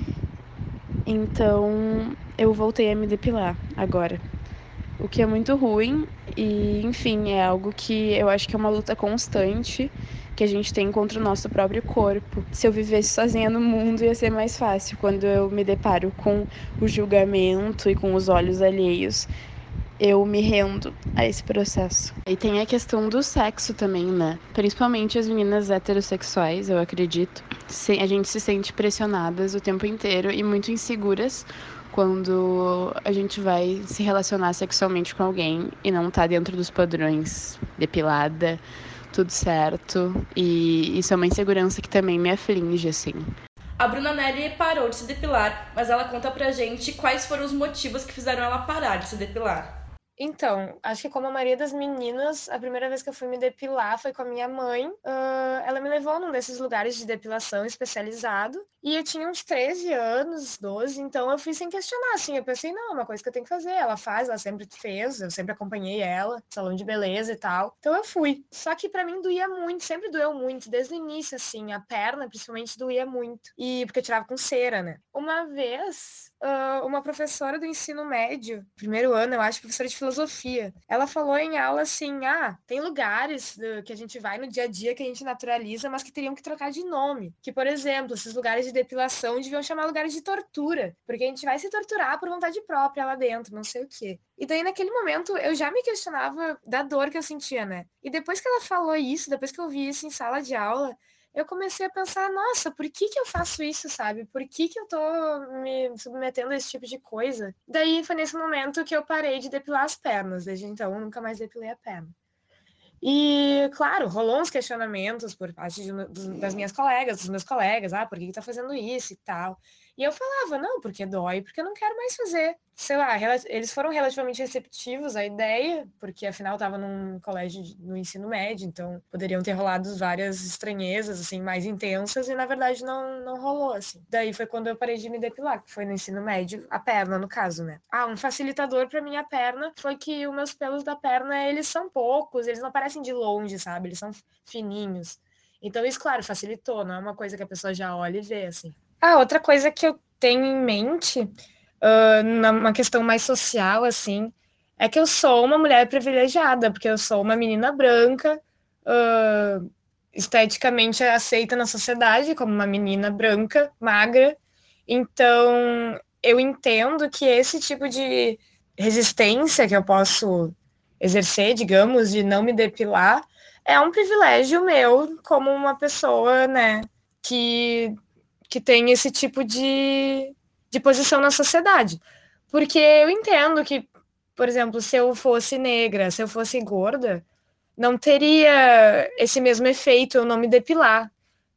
Então, eu voltei a me depilar agora. O que é muito ruim e, enfim, é algo que eu acho que é uma luta constante que a gente tem contra o nosso próprio corpo. Se eu vivesse sozinha no mundo, ia ser mais fácil. Quando eu me deparo com o julgamento e com os olhos alheios, eu me rendo a esse processo. E tem a questão do sexo também, né? Principalmente as meninas heterossexuais, eu acredito. A gente se sente pressionadas o tempo inteiro e muito inseguras quando a gente vai se relacionar sexualmente com alguém e não tá dentro dos padrões, depilada, tudo certo. E isso é uma insegurança que também me aflige, assim. A Bruna Nelly parou de se depilar, mas ela conta pra gente quais foram os motivos que fizeram ela parar de se depilar. Então, acho que como a maioria das meninas, a primeira vez que eu fui me depilar foi com a minha mãe. Ela me levou num desses lugares de depilação especializado. E eu tinha uns 13 anos, 12, então eu fui sem questionar, assim. Eu pensei, não, é uma coisa que eu tenho que fazer. Ela faz, ela sempre fez, eu sempre acompanhei ela, salão de beleza e tal. Então eu fui. Só que pra mim doía muito, sempre doeu muito, desde o início, assim. A perna, principalmente, doía muito. E porque eu tirava com cera, né? Uma vez, uma professora do ensino médio, primeiro ano, eu acho, professora de filosofia, ela falou em aula assim, tem lugares que a gente vai no dia a dia que a gente naturaliza, mas que teriam que trocar de nome. Que, por exemplo, esses lugares de depilação deviam chamar lugares de tortura, porque a gente vai se torturar por vontade própria lá dentro, não sei o quê. E daí, naquele momento, eu já me questionava da dor que eu sentia, né? E depois que ela falou isso, depois que eu vi isso em sala de aula, eu comecei a pensar, nossa, por que eu faço isso, sabe? Por que eu tô me submetendo a esse tipo de coisa? Daí foi nesse momento que eu parei de depilar as pernas. Desde então, eu nunca mais depilei a perna. E, claro, rolou uns questionamentos por parte das minhas colegas, dos meus colegas, por que tá fazendo isso e tal. E eu falava, não, porque dói, porque eu não quero mais fazer. Sei lá, eles foram relativamente receptivos à ideia, porque afinal eu tava num colégio no ensino médio, então poderiam ter rolado várias estranhezas, assim, mais intensas, e na verdade não rolou, assim. Daí foi quando eu parei de me depilar, que foi no ensino médio, a perna, no caso, né? Um facilitador pra minha perna foi que os meus pelos da perna, eles são poucos, eles não aparecem de longe, sabe? Eles são fininhos. Então isso, claro, facilitou, não é uma coisa que a pessoa já olha e vê, assim. Outra coisa que eu tenho em mente, numa questão mais social, assim, é que eu sou uma mulher privilegiada, porque eu sou uma menina branca, esteticamente aceita na sociedade como uma menina branca, magra. Então, eu entendo que esse tipo de resistência que eu posso exercer, digamos, de não me depilar, é um privilégio meu como uma pessoa, né, que tem esse tipo de posição na sociedade. Porque eu entendo que, por exemplo, se eu fosse negra, se eu fosse gorda, não teria esse mesmo efeito eu não me depilar,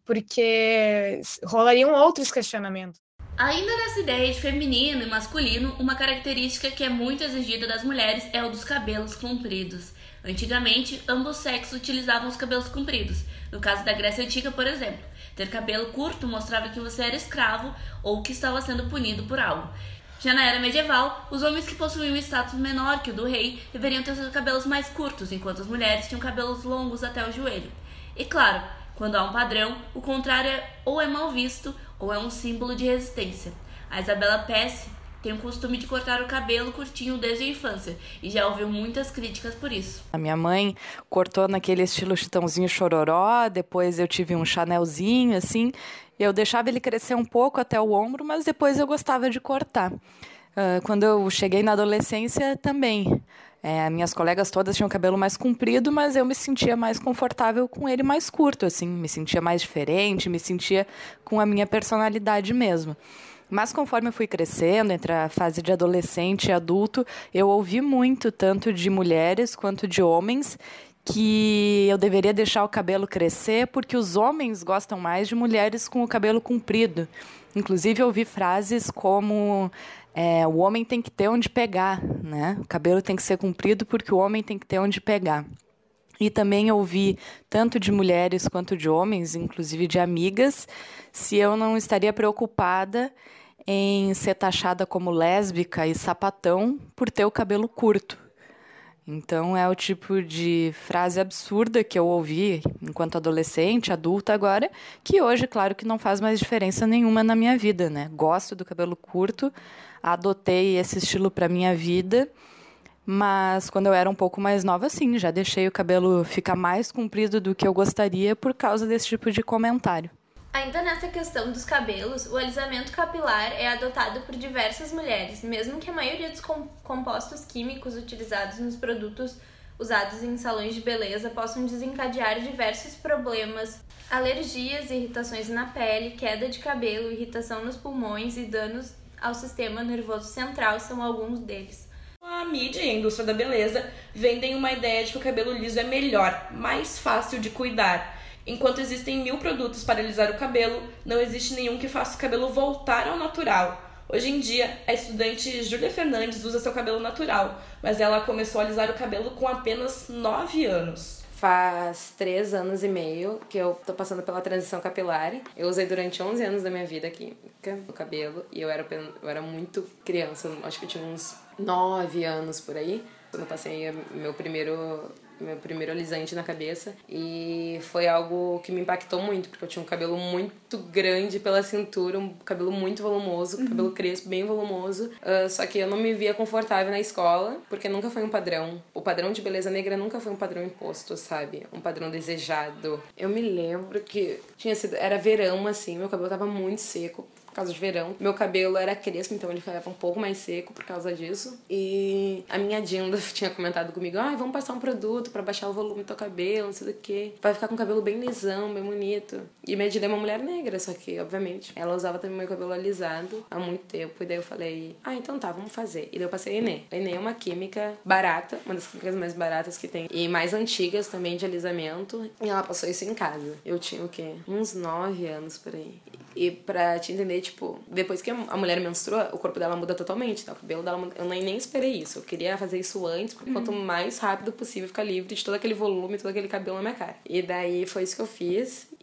porque rolariam outros questionamentos. Ainda nessa ideia de feminino e masculino, uma característica que é muito exigida das mulheres é o dos cabelos compridos. Antigamente, ambos sexos utilizavam os cabelos compridos. No caso da Grécia Antiga, por exemplo, ter cabelo curto mostrava que você era escravo ou que estava sendo punido por algo. Já na era medieval, os homens que possuíam um status menor que o do rei deveriam ter seus cabelos mais curtos, enquanto as mulheres tinham cabelos longos até o joelho. E claro, quando há um padrão, o contrário ou é mal visto ou é um símbolo de resistência. A Isabela Pesce tem o costume de cortar o cabelo curtinho desde a infância e já ouviu muitas críticas por isso. A minha mãe cortou naquele estilo Chitãozinho Chororó, depois eu tive um Chanelzinho, assim. Eu deixava ele crescer um pouco até o ombro, mas depois eu gostava de cortar. Quando eu cheguei na adolescência também. Minhas colegas todas tinham cabelo mais comprido, mas eu me sentia mais confortável com ele mais curto, assim. Me sentia mais diferente, me sentia com a minha personalidade mesmo. Mas conforme eu fui crescendo, entre a fase de adolescente e adulto, eu ouvi muito, tanto de mulheres quanto de homens, que eu deveria deixar o cabelo crescer porque os homens gostam mais de mulheres com o cabelo comprido. Inclusive, eu ouvi frases como o homem tem que ter onde pegar, né? O cabelo tem que ser comprido porque o homem tem que ter onde pegar. E também ouvi, tanto de mulheres quanto de homens, inclusive de amigas, se eu não estaria preocupada em ser taxada como lésbica e sapatão por ter o cabelo curto. Então, é o tipo de frase absurda que eu ouvi enquanto adolescente, adulta agora, que hoje, claro, que não faz mais diferença nenhuma na minha vida, né? Gosto do cabelo curto, adotei esse estilo para minha vida, mas quando eu era um pouco mais nova, sim, já deixei o cabelo ficar mais comprido do que eu gostaria por causa desse tipo de comentário. Ainda nessa questão dos cabelos, o alisamento capilar é adotado por diversas mulheres, mesmo que a maioria dos compostos químicos utilizados nos produtos usados em salões de beleza possam desencadear diversos problemas, alergias, irritações na pele, queda de cabelo, irritação nos pulmões e danos ao sistema nervoso central são alguns deles. A mídia e a indústria da beleza vendem uma ideia de que o cabelo liso é melhor, mais fácil de cuidar. Enquanto existem 1000 produtos para alisar o cabelo, não existe nenhum que faça o cabelo voltar ao natural. Hoje em dia, a estudante Júlia Fernandes usa seu cabelo natural, mas ela começou a alisar o cabelo com apenas 9 anos. Faz 3 anos e meio que eu tô passando pela transição capilar. Eu usei durante 11 anos da minha vida química no cabelo e eu era muito criança, acho que eu tinha uns 9 anos por aí. Quando eu passei meu primeiro alisante na cabeça e foi algo que me impactou muito, porque eu tinha um cabelo muito grande pela cintura, um cabelo muito volumoso, cabelo crespo, bem volumoso, só que eu não me via confortável na escola, porque nunca foi um padrão. O padrão de beleza negra nunca foi um padrão imposto, sabe? Um padrão desejado. Eu me lembro que era verão, assim, meu cabelo tava muito seco, por causa de verão. Meu cabelo era crespo, então ele ficava um pouco mais seco por causa disso. E a minha Dinda tinha comentado comigo, vamos passar um produto pra baixar o volume do teu cabelo, não sei do que. Vai ficar com o cabelo bem lisão, bem bonito. E minha Dinda é uma mulher negra, só que, obviamente, ela usava também meu cabelo alisado há muito tempo. E daí eu falei, então tá, vamos fazer. E daí eu passei a Enê. A Enê é uma química barata, uma das químicas mais baratas que tem. E mais antigas também de alisamento. E ela passou isso em casa. Eu tinha o quê? Uns 9 anos por aí. E pra te entender, tipo, depois que a mulher menstrua, o corpo dela muda totalmente, tá? O cabelo dela muda. Eu nem esperei isso. Eu queria fazer isso antes, porque quanto mais rápido possível ficar livre de todo aquele volume, todo aquele cabelo na minha cara. E daí foi isso que eu fiz.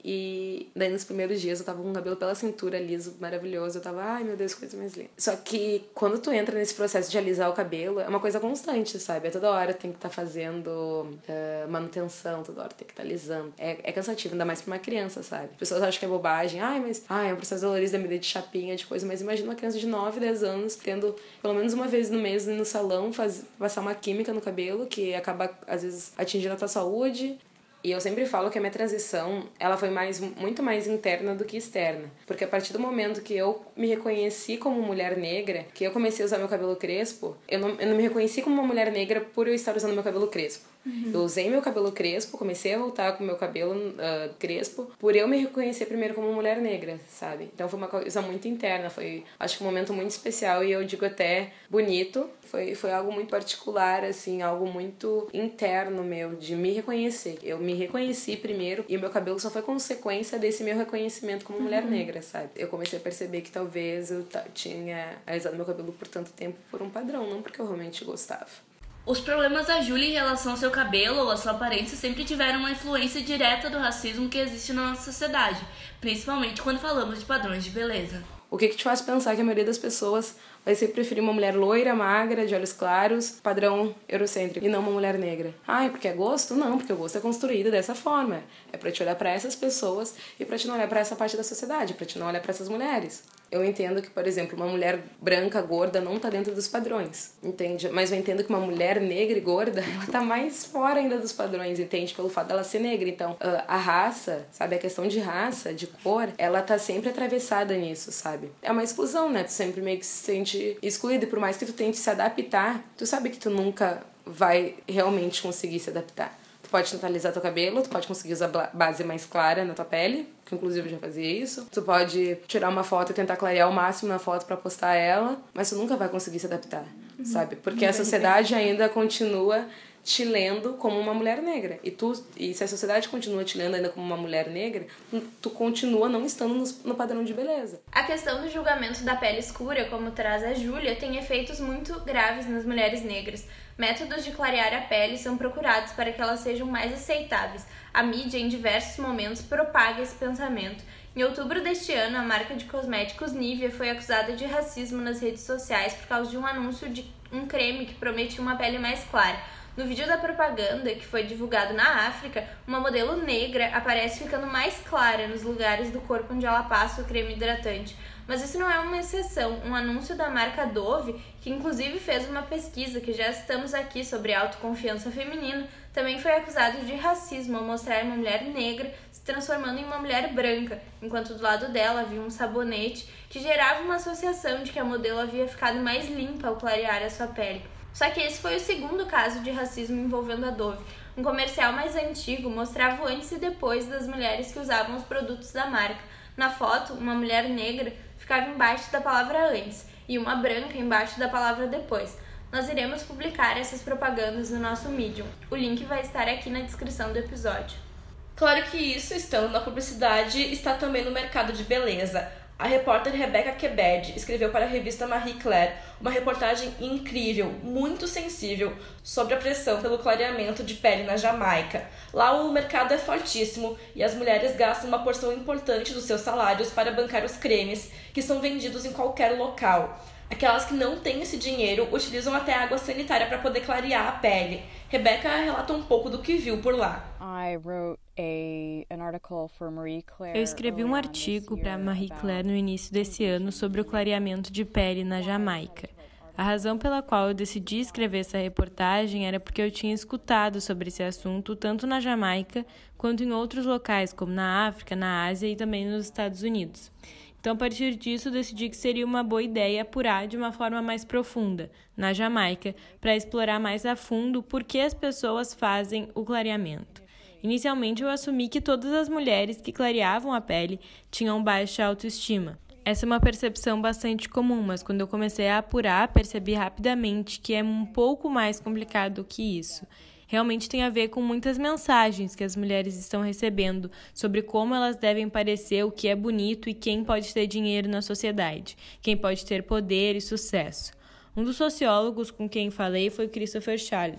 E daí nos primeiros dias eu tava com o cabelo pela cintura, liso, maravilhoso. Eu tava, ai meu Deus, coisa mais linda. Só que quando tu entra nesse processo de alisar o cabelo, é uma coisa constante, sabe? É toda hora tem que estar fazendo manutenção, toda hora tem que estar alisando. É cansativo, ainda mais pra uma criança, sabe? As pessoas acham que é bobagem. É um processo dolorido da medida de chapinha, de coisa. Mas imagina uma criança de 9, 10 anos tendo pelo menos uma vez no mês no salão passar uma química no cabelo que acaba, às vezes, atingindo a tua saúde. E eu sempre falo que a minha transição, ela foi muito mais interna do que externa. Porque a partir do momento que eu me reconheci como mulher negra, que eu comecei a usar meu cabelo crespo, eu não me reconheci como uma mulher negra por eu estar usando meu cabelo crespo. Eu usei meu cabelo crespo, comecei a voltar com meu cabelo crespo, por eu me reconhecer primeiro como mulher negra, sabe? Então foi uma coisa muito interna, foi, acho que um momento muito especial e eu digo até bonito. Foi algo muito particular, assim, algo muito interno meu, de me reconhecer. Eu me reconheci primeiro e o meu cabelo só foi consequência desse meu reconhecimento como mulher negra, sabe? Eu comecei a perceber que talvez eu tinha alisado meu cabelo por tanto tempo por um padrão, não porque eu realmente gostava. Os problemas da Júlia em relação ao seu cabelo ou à sua aparência sempre tiveram uma influência direta do racismo que existe na nossa sociedade, principalmente quando falamos de padrões de beleza. O que te faz pensar que a maioria das pessoas vai sempre preferir uma mulher loira, magra, de olhos claros, padrão eurocêntrico, e não uma mulher negra? Porque é gosto? Não, porque o gosto é construído dessa forma. É pra te olhar pra essas pessoas e pra te não olhar pra essa parte da sociedade, pra te não olhar pra essas mulheres. Eu entendo que, por exemplo, uma mulher branca, gorda, não tá dentro dos padrões, entende? Mas eu entendo que uma mulher negra e gorda, ela tá mais fora ainda dos padrões, entende? Pelo fato dela ser negra. Então, a raça, sabe? A questão de raça, de cor, ela tá sempre atravessada nisso, sabe? É uma exclusão, né? Tu sempre meio que se sente excluído. E por mais que tu tente se adaptar, tu sabe que tu nunca vai realmente conseguir se adaptar. Tu pode tentar alisar teu cabelo, tu pode conseguir usar base mais clara na tua pele, que inclusive eu já fazia isso. Tu pode tirar uma foto e tentar clarear o máximo na foto pra postar ela, mas tu nunca vai conseguir se adaptar, sabe? Porque a sociedade ainda continua te lendo como uma mulher negra. E se a sociedade continua te lendo ainda como uma mulher negra, tu continua não estando no padrão de beleza. A questão do julgamento da pele escura, como traz a Júlia, tem efeitos muito graves nas mulheres negras. Métodos de clarear a pele são procurados para que elas sejam mais aceitáveis. A mídia, em diversos momentos, propaga esse pensamento. Em outubro deste ano, a marca de cosméticos Nivea foi acusada de racismo nas redes sociais por causa de um anúncio de um creme que prometia uma pele mais clara. No vídeo da propaganda, que foi divulgado na África, uma modelo negra aparece ficando mais clara nos lugares do corpo onde ela passa o creme hidratante. Mas isso não é uma exceção. Um anúncio da marca Dove, que inclusive fez uma pesquisa que já estamos aqui sobre autoconfiança feminina, também foi acusado de racismo ao mostrar uma mulher negra se transformando em uma mulher branca, enquanto do lado dela havia um sabonete que gerava uma associação de que a modelo havia ficado mais limpa ao clarear a sua pele. Só que esse foi o segundo caso de racismo envolvendo a Dove. Um comercial mais antigo mostrava o antes e depois das mulheres que usavam os produtos da marca. Na foto, uma mulher negra ficava embaixo da palavra antes e uma branca embaixo da palavra depois. Nós iremos publicar essas propagandas no nosso Medium. O link vai estar aqui na descrição do episódio. Claro que isso, estando na publicidade, está também no mercado de beleza. A repórter Rebecca Kebed escreveu para a revista Marie Claire uma reportagem incrível, muito sensível, sobre a pressão pelo clareamento de pele na Jamaica. Lá o mercado é fortíssimo e as mulheres gastam uma porção importante dos seus salários para bancar os cremes que são vendidos em qualquer local. Aquelas que não têm esse dinheiro utilizam até água sanitária para poder clarear a pele. Rebecca relata um pouco do que viu por lá. Eu escrevi um artigo para Marie Claire no início desse ano sobre o clareamento de pele na Jamaica. A razão pela qual eu decidi escrever essa reportagem era porque eu tinha escutado sobre esse assunto tanto na Jamaica quanto em outros locais, como na África, na Ásia e também nos Estados Unidos. Então, a partir disso, decidi que seria uma boa ideia apurar de uma forma mais profunda, na Jamaica, para explorar mais a fundo por que as pessoas fazem o clareamento. Inicialmente, eu assumi que todas as mulheres que clareavam a pele tinham baixa autoestima. Essa é uma percepção bastante comum, mas quando eu comecei a apurar, percebi rapidamente que é um pouco mais complicado que isso. Realmente tem a ver com muitas mensagens que as mulheres estão recebendo sobre como elas devem parecer, o que é bonito e quem pode ter dinheiro na sociedade, quem pode ter poder e sucesso. Um dos sociólogos com quem falei foi Christopher Charles.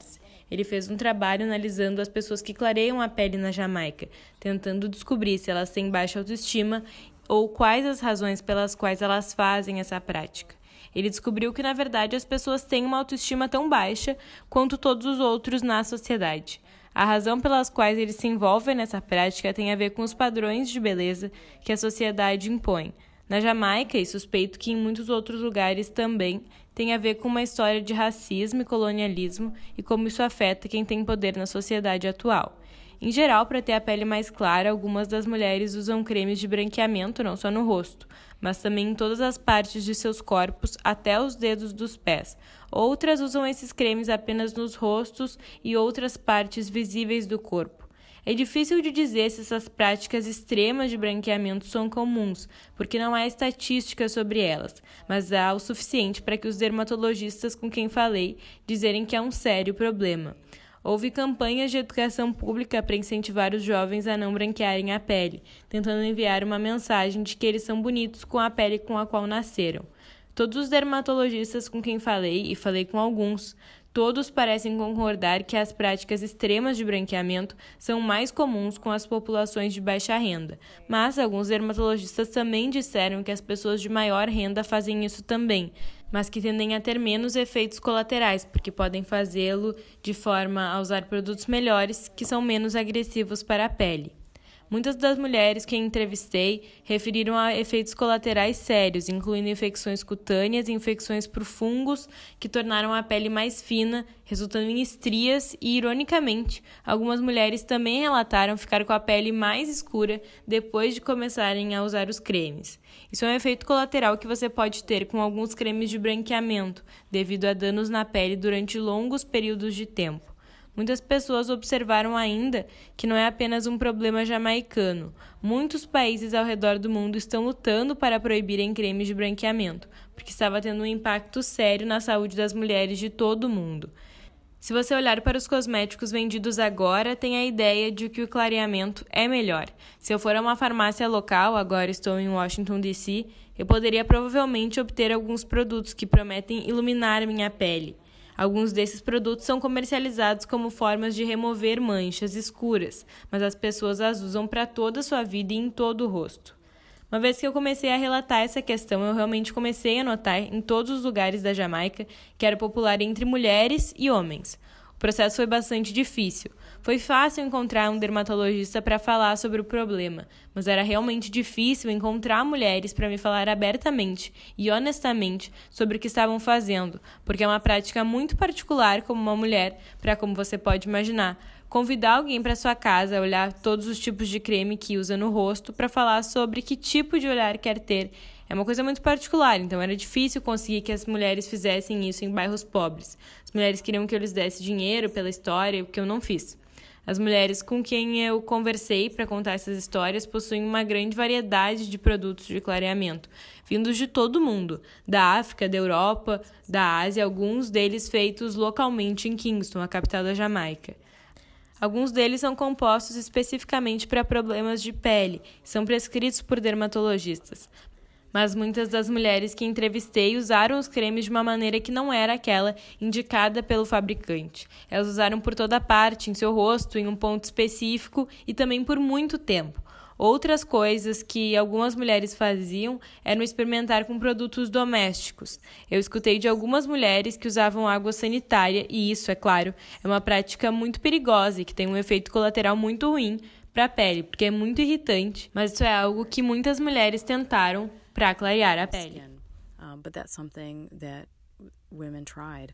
Ele fez um trabalho analisando as pessoas que clareiam a pele na Jamaica, tentando descobrir se elas têm baixa autoestima ou quais as razões pelas quais elas fazem essa prática. Ele descobriu que, na verdade, as pessoas têm uma autoestima tão baixa quanto todos os outros na sociedade. A razão pelas quais eles se envolvem nessa prática tem a ver com os padrões de beleza que a sociedade impõe. Na Jamaica, e suspeito que em muitos outros lugares também, tem a ver com uma história de racismo e colonialismo e como isso afeta quem tem poder na sociedade atual. Em geral, para ter a pele mais clara, algumas das mulheres usam cremes de branqueamento não só no rosto, mas também em todas as partes de seus corpos, até os dedos dos pés. Outras usam esses cremes apenas nos rostos e outras partes visíveis do corpo. É difícil de dizer se essas práticas extremas de branqueamento são comuns, porque não há estatísticas sobre elas, mas há o suficiente para que os dermatologistas com quem falei dizerem que é um sério problema. Houve campanhas de educação pública para incentivar os jovens a não branquearem a pele, tentando enviar uma mensagem de que eles são bonitos com a pele com a qual nasceram. Todos os dermatologistas com quem falei, e falei com alguns, todos parecem concordar que as práticas extremas de branqueamento são mais comuns com as populações de baixa renda, mas alguns dermatologistas também disseram que as pessoas de maior renda fazem isso também, mas que tendem a ter menos efeitos colaterais, porque podem fazê-lo de forma a usar produtos melhores que são menos agressivos para a pele. Muitas das mulheres que entrevistei referiram a efeitos colaterais sérios, incluindo infecções cutâneas e infecções por fungos que tornaram a pele mais fina, resultando em estrias e, ironicamente, algumas mulheres também relataram ficar com a pele mais escura depois de começarem a usar os cremes. Isso é um efeito colateral que você pode ter com alguns cremes de branqueamento, devido a danos na pele durante longos períodos de tempo. Muitas pessoas observaram ainda que não é apenas um problema jamaicano. Muitos países ao redor do mundo estão lutando para proibirem cremes de branqueamento, porque estava tendo um impacto sério na saúde das mulheres de todo o mundo. Se você olhar para os cosméticos vendidos agora, tem a ideia de que o clareamento é melhor. Se eu for a uma farmácia local, agora estou em Washington, D.C., eu poderia provavelmente obter alguns produtos que prometem iluminar minha pele. Alguns desses produtos são comercializados como formas de remover manchas escuras, mas as pessoas as usam para toda a sua vida e em todo o rosto. Uma vez que eu comecei a relatar essa questão, eu realmente comecei a notar em todos os lugares da Jamaica que era popular entre mulheres e homens. O processo foi bastante difícil. Foi fácil encontrar um dermatologista para falar sobre o problema, mas era realmente difícil encontrar mulheres para me falar abertamente e honestamente sobre o que estavam fazendo, porque é uma prática muito particular como uma mulher, para, como você pode imaginar, convidar alguém para sua casa, olhar todos os tipos de creme que usa no rosto para falar sobre que tipo de olhar quer ter. É uma coisa muito particular, então era difícil conseguir que as mulheres fizessem isso em bairros pobres. As mulheres queriam que eu lhes desse dinheiro pela história, o que eu não fiz. As mulheres com quem eu conversei para contar essas histórias possuem uma grande variedade de produtos de clareamento, vindos de todo o mundo, da África, da Europa, da Ásia, alguns deles feitos localmente em Kingston, a capital da Jamaica. Alguns deles são compostos especificamente para problemas de pele, são prescritos por dermatologistas. Mas muitas das mulheres que entrevistei usaram os cremes de uma maneira que não era aquela indicada pelo fabricante. Elas usaram por toda parte, em seu rosto, em um ponto específico e também por muito tempo. Outras coisas que algumas mulheres faziam eram experimentar com produtos domésticos. Eu escutei de algumas mulheres que usavam água sanitária e isso, é claro, é uma prática muito perigosa e que tem um efeito colateral muito ruim para a pele, porque é muito irritante, mas isso é algo que muitas mulheres tentaram para clarear a pele. But that's something that women tried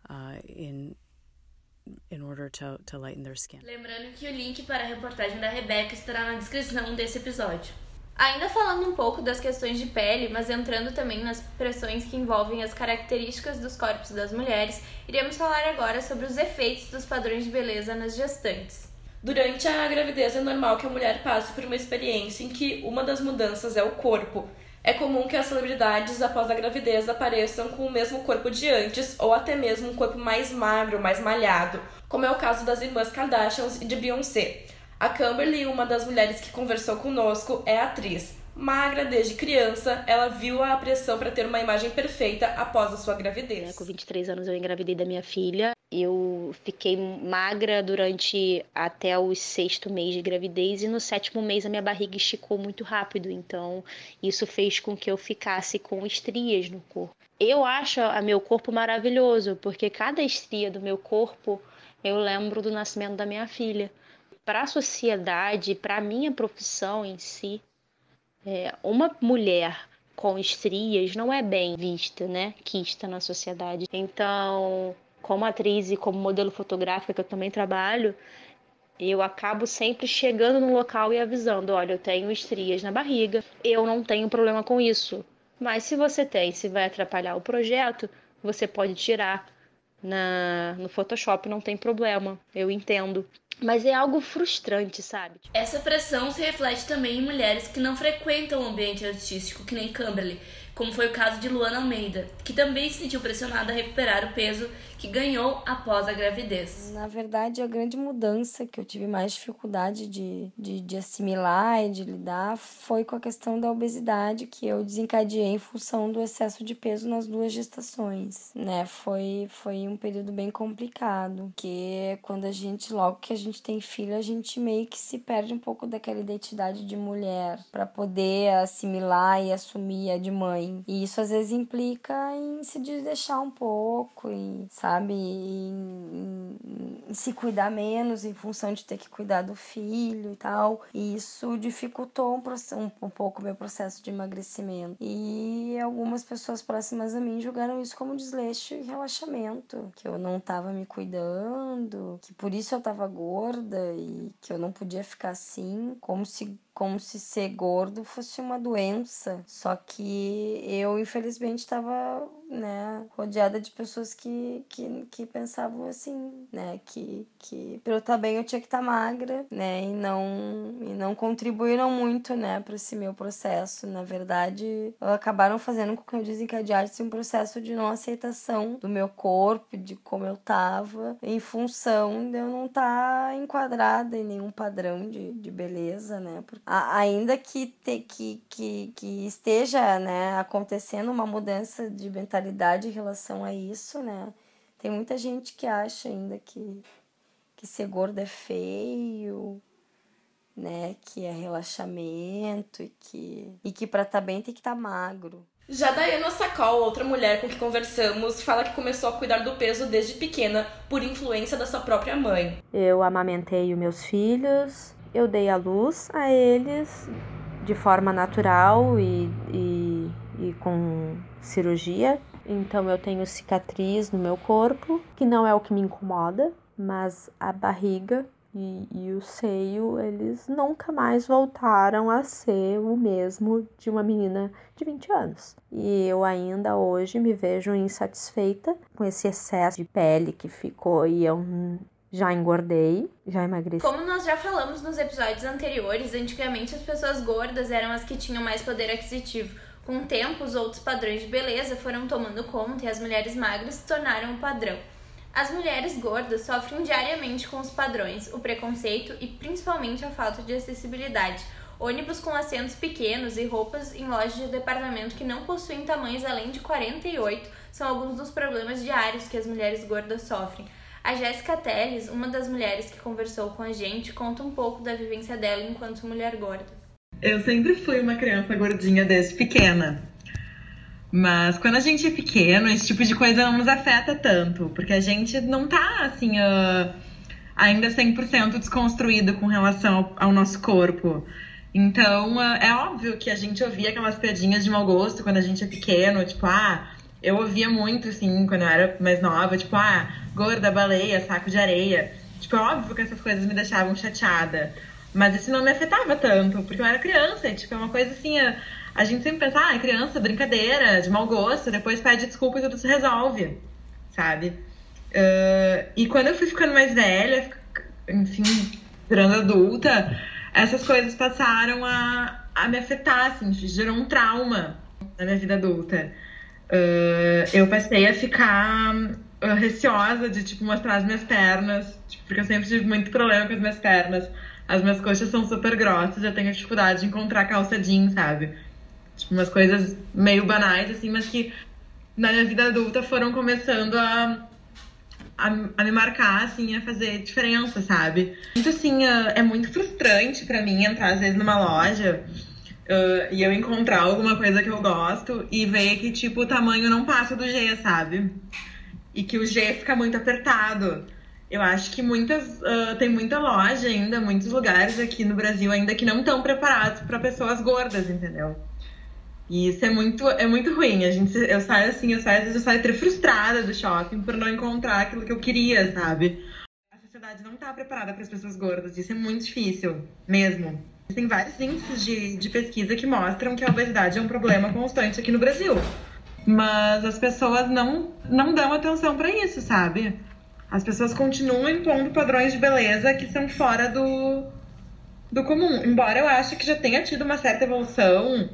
in order to lighten their skin. Lembrando que o link para a reportagem da Rebeca estará na descrição desse episódio. Ainda falando um pouco das questões de pele, mas entrando também nas pressões que envolvem as características dos corpos das mulheres, iremos falar agora sobre os efeitos dos padrões de beleza nas gestantes. Durante a gravidez é normal que a mulher passe por uma experiência em que uma das mudanças é o corpo. É comum que as celebridades, após a gravidez, apareçam com o mesmo corpo de antes, ou até mesmo um corpo mais magro, mais malhado, como é o caso das irmãs Kardashian e de Beyoncé. A Kimberly, uma das mulheres que conversou conosco, é atriz. Magra desde criança, ela viu a pressão para ter uma imagem perfeita após a sua gravidez. Com 23 anos eu engravidei da minha filha. Eu fiquei magra durante até o 6º mês de gravidez e no 7º mês a minha barriga esticou muito rápido. Então isso fez com que eu ficasse com estrias no corpo. Eu acho o meu corpo maravilhoso, porque cada estria do meu corpo eu lembro do nascimento da minha filha. Para a sociedade, para a minha profissão em si, uma mulher com estrias não é bem vista, né? Quista na sociedade. Então, como atriz e como modelo fotográfica que eu também trabalho, eu acabo sempre chegando no local e avisando, olha, eu tenho estrias na barriga, eu não tenho problema com isso. Mas se você tem, se vai atrapalhar o projeto, você pode tirar no Photoshop, não tem problema, eu entendo. Mas é algo frustrante, sabe? Essa pressão se reflete também em mulheres que não frequentam o ambiente artístico, que nem Camberley, como foi o caso de Luana Almeida, que também se sentiu pressionada a recuperar o peso que ganhou após a gravidez. Na verdade, a grande mudança que eu tive mais dificuldade de assimilar e de lidar foi com a questão da obesidade, que eu desencadeei em função do excesso de peso nas 2 gestações, né? Foi um período bem complicado, que quando logo que a gente tem filho, a gente meio que se perde um pouco daquela identidade de mulher para poder assimilar e assumir a de mãe. E isso às vezes implica em se deixar um pouco, e, sabe, em se cuidar menos em função de ter que cuidar do filho e tal. E isso dificultou um pouco o meu processo de emagrecimento. E algumas pessoas próximas a mim julgaram isso como desleixo e relaxamento, que eu não estava me cuidando, que por isso eu estava gorda e que eu não podia ficar assim, como se ser gordo fosse uma doença. Só que eu, infelizmente, estava, né, rodeada de pessoas que pensavam assim, né, que pra eu estar bem eu tinha que estar magra, né, e não contribuíram muito, né, para esse meu processo. Na verdade, acabaram fazendo com que eu desencadeasse um processo de não aceitação do meu corpo, de como eu tava, em função de eu não estar enquadrada em nenhum padrão de beleza, né, ainda que esteja, né, acontecendo uma mudança de mentalidade em relação a isso, né, tem muita gente que acha ainda que ser gordo é feio, né, que é relaxamento e que pra estar bem tem que estar magro. Já Dayana Sacol, outra mulher com que conversamos, fala que começou a cuidar do peso desde pequena por influência da sua própria mãe. Eu amamentei os meus filhos, eu dei à luz a eles de forma natural e com cirurgia. Então eu tenho cicatriz no meu corpo, que não é o que me incomoda, mas a barriga e o seio, eles nunca mais voltaram a ser o mesmo de uma menina de 20 anos. E eu ainda hoje me vejo insatisfeita com esse excesso de pele que ficou e eu já engordei, já emagreci. Como nós já falamos nos episódios anteriores, antigamente as pessoas gordas eram as que tinham mais poder aquisitivo. Com o tempo, os outros padrões de beleza foram tomando conta e as mulheres magras se tornaram o padrão. As mulheres gordas sofrem diariamente com os padrões, o preconceito e principalmente a falta de acessibilidade. Ônibus com assentos pequenos e roupas em lojas de departamento que não possuem tamanhos além de 48 são alguns dos problemas diários que as mulheres gordas sofrem. A Jéssica Teles, uma das mulheres que conversou com a gente, conta um pouco da vivência dela enquanto mulher gorda. Eu sempre fui uma criança gordinha desde pequena. Mas quando a gente é pequeno, esse tipo de coisa não nos afeta tanto. Porque a gente não tá, assim, ainda 100% desconstruído com relação ao nosso corpo. Então, é óbvio que a gente ouvia aquelas piadinhas de mau gosto quando a gente é pequeno. Tipo, eu ouvia muito, assim, quando eu era mais nova. Tipo, gorda, baleia, saco de areia. Tipo, é óbvio que essas coisas me deixavam chateada. Mas isso não me afetava tanto, porque eu era criança. E, tipo, é uma coisa assim... A gente sempre pensa, criança, brincadeira, de mau gosto, depois pede desculpa e tudo se resolve, sabe? E quando eu fui ficando mais velha, enfim, virando adulta, essas coisas passaram a me afetar, assim, gerou um trauma na minha vida adulta. Eu passei a ficar receosa de, tipo, mostrar as minhas pernas, tipo, porque eu sempre tive muito problema com as minhas pernas. As minhas coxas são super grossas, eu tenho dificuldade de encontrar calça jeans, sabe? Tipo, umas coisas meio banais, assim, mas que na minha vida adulta foram começando a me marcar, assim, a fazer diferença, sabe? Muito, assim, é muito frustrante pra mim entrar, às vezes, numa loja e eu encontrar alguma coisa que eu gosto e ver que, tipo, o tamanho não passa do G, sabe? E que o G fica muito apertado. Eu acho que tem muita loja ainda, muitos lugares aqui no Brasil ainda que não estão preparados para pessoas gordas, entendeu? E isso é muito ruim. Eu saio assim, às vezes eu saio até frustrada do shopping por não encontrar aquilo que eu queria, sabe? A sociedade não tá preparada para as pessoas gordas, isso é muito difícil, mesmo. Tem vários índices de pesquisa que mostram que a obesidade é um problema constante aqui no Brasil. Mas as pessoas não dão atenção para isso, sabe? As pessoas continuam impondo padrões de beleza que são fora do comum. Embora eu ache que já tenha tido uma certa evolução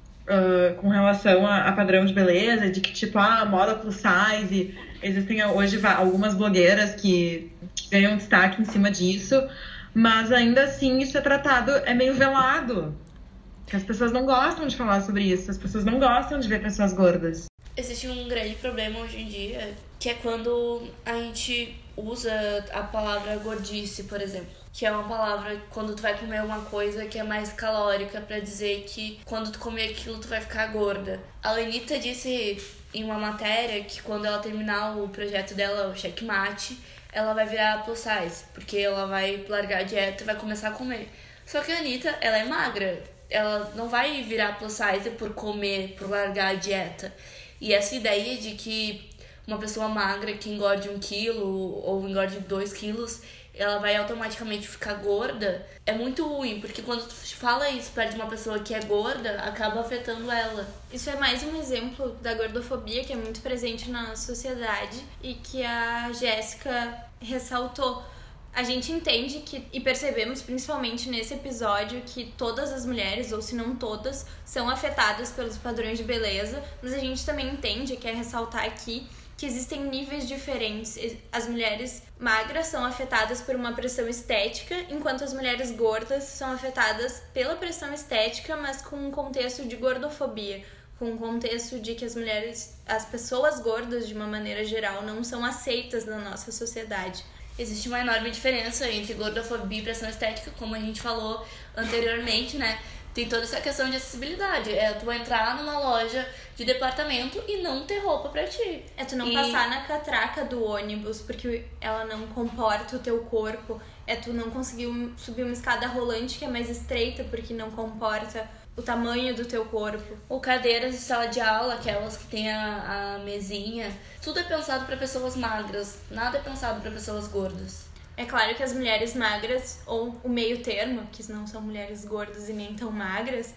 com relação a padrão de beleza, de que, tipo, moda plus size. Existem hoje algumas blogueiras que ganham destaque em cima disso. Mas ainda assim isso é meio velado. As pessoas não gostam de falar sobre isso. As pessoas não gostam de ver pessoas gordas. Existe um grande problema hoje em dia, que é quando a gente usa a palavra gordice, por exemplo. Que é uma palavra quando tu vai comer uma coisa que é mais calórica, pra dizer que quando tu comer aquilo tu vai ficar gorda. A Lenita disse em uma matéria que quando ela terminar o projeto dela, o Checkmate, ela vai virar plus size, porque ela vai largar a dieta e vai começar a comer. Só que a Anitta, ela é magra. Ela não vai virar plus size por comer, por largar a dieta. E essa ideia de que uma pessoa magra que engorde 1 quilo ou engorde 2 quilos, ela vai automaticamente ficar gorda, é muito ruim, porque quando tu fala isso perto de uma pessoa que é gorda, acaba afetando ela. Isso é mais um exemplo da gordofobia que é muito presente na sociedade e que a Jéssica ressaltou. A gente entende e percebemos, principalmente nesse episódio, que todas as mulheres, ou se não todas, são afetadas pelos padrões de beleza, mas a gente também entende, quer ressaltar aqui, que existem níveis diferentes. As mulheres magras são afetadas por uma pressão estética, enquanto as mulheres gordas são afetadas pela pressão estética, mas com um contexto de gordofobia, com um contexto de que as pessoas gordas, de uma maneira geral, não são aceitas na nossa sociedade. Existe uma enorme diferença entre gordofobia e pressão estética, como a gente falou anteriormente, né? Tem toda essa questão de acessibilidade. É tu entrar numa loja de departamento e não ter roupa pra ti. É tu não passar na catraca do ônibus porque ela não comporta o teu corpo. É tu não conseguir subir uma escada rolante que é mais estreita porque não comporta o tamanho do teu corpo. Ou cadeiras de sala de aula, aquelas que tem a mesinha. Tudo é pensado para pessoas magras, nada é pensado para pessoas gordas. É claro que as mulheres magras, ou o meio termo, que não são mulheres gordas e nem tão magras,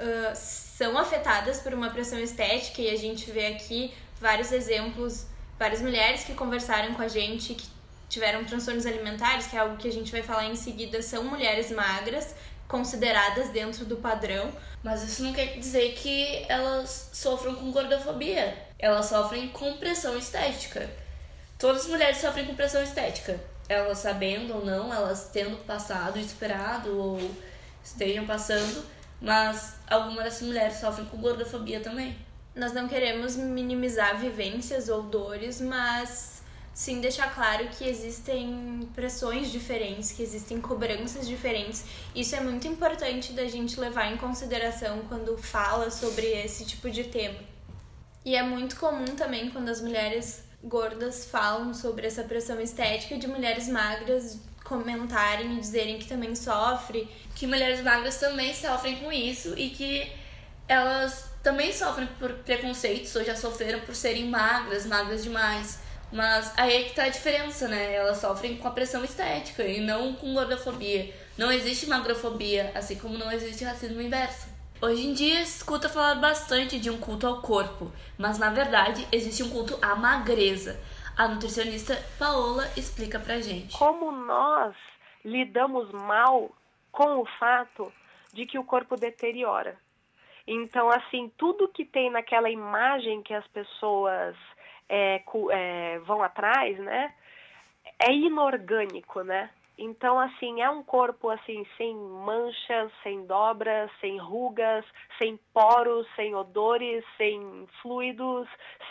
são afetadas por uma pressão estética, e a gente vê aqui vários exemplos, várias mulheres que conversaram com a gente, que tiveram transtornos alimentares, que é algo que a gente vai falar em seguida, são mulheres magras, consideradas dentro do padrão. Mas isso não quer dizer que elas sofram com gordofobia. Elas sofrem com pressão estética. Todas as mulheres sofrem com pressão estética. Elas sabendo ou não, elas tendo passado, esperado ou estejam passando, mas algumas dessas mulheres sofrem com gordofobia também. Nós não queremos minimizar vivências ou dores, mas sim deixar claro que existem pressões diferentes, que existem cobranças diferentes. Isso é muito importante da gente levar em consideração quando fala sobre esse tipo de tema. E é muito comum também quando as mulheres gordas falam sobre essa pressão estética de mulheres magras comentarem e dizerem que também sofrem. Que mulheres magras também sofrem com isso e que elas também sofrem por preconceitos ou já sofreram por serem magras demais. Mas aí é que tá a diferença, né? Elas sofrem com a pressão estética e não com gordofobia. Não existe magrofobia, assim como não existe racismo inverso. Hoje em dia se escuta falar bastante de um culto ao corpo, mas na verdade existe um culto à magreza. A nutricionista Paola explica pra gente. Como nós lidamos mal com o fato de que o corpo deteriora. Então, assim, tudo que tem naquela imagem que as pessoas vão atrás, né? É inorgânico, né? Então, assim, é um corpo, assim, sem manchas, sem dobras, sem rugas, sem poros, sem odores, sem fluidos,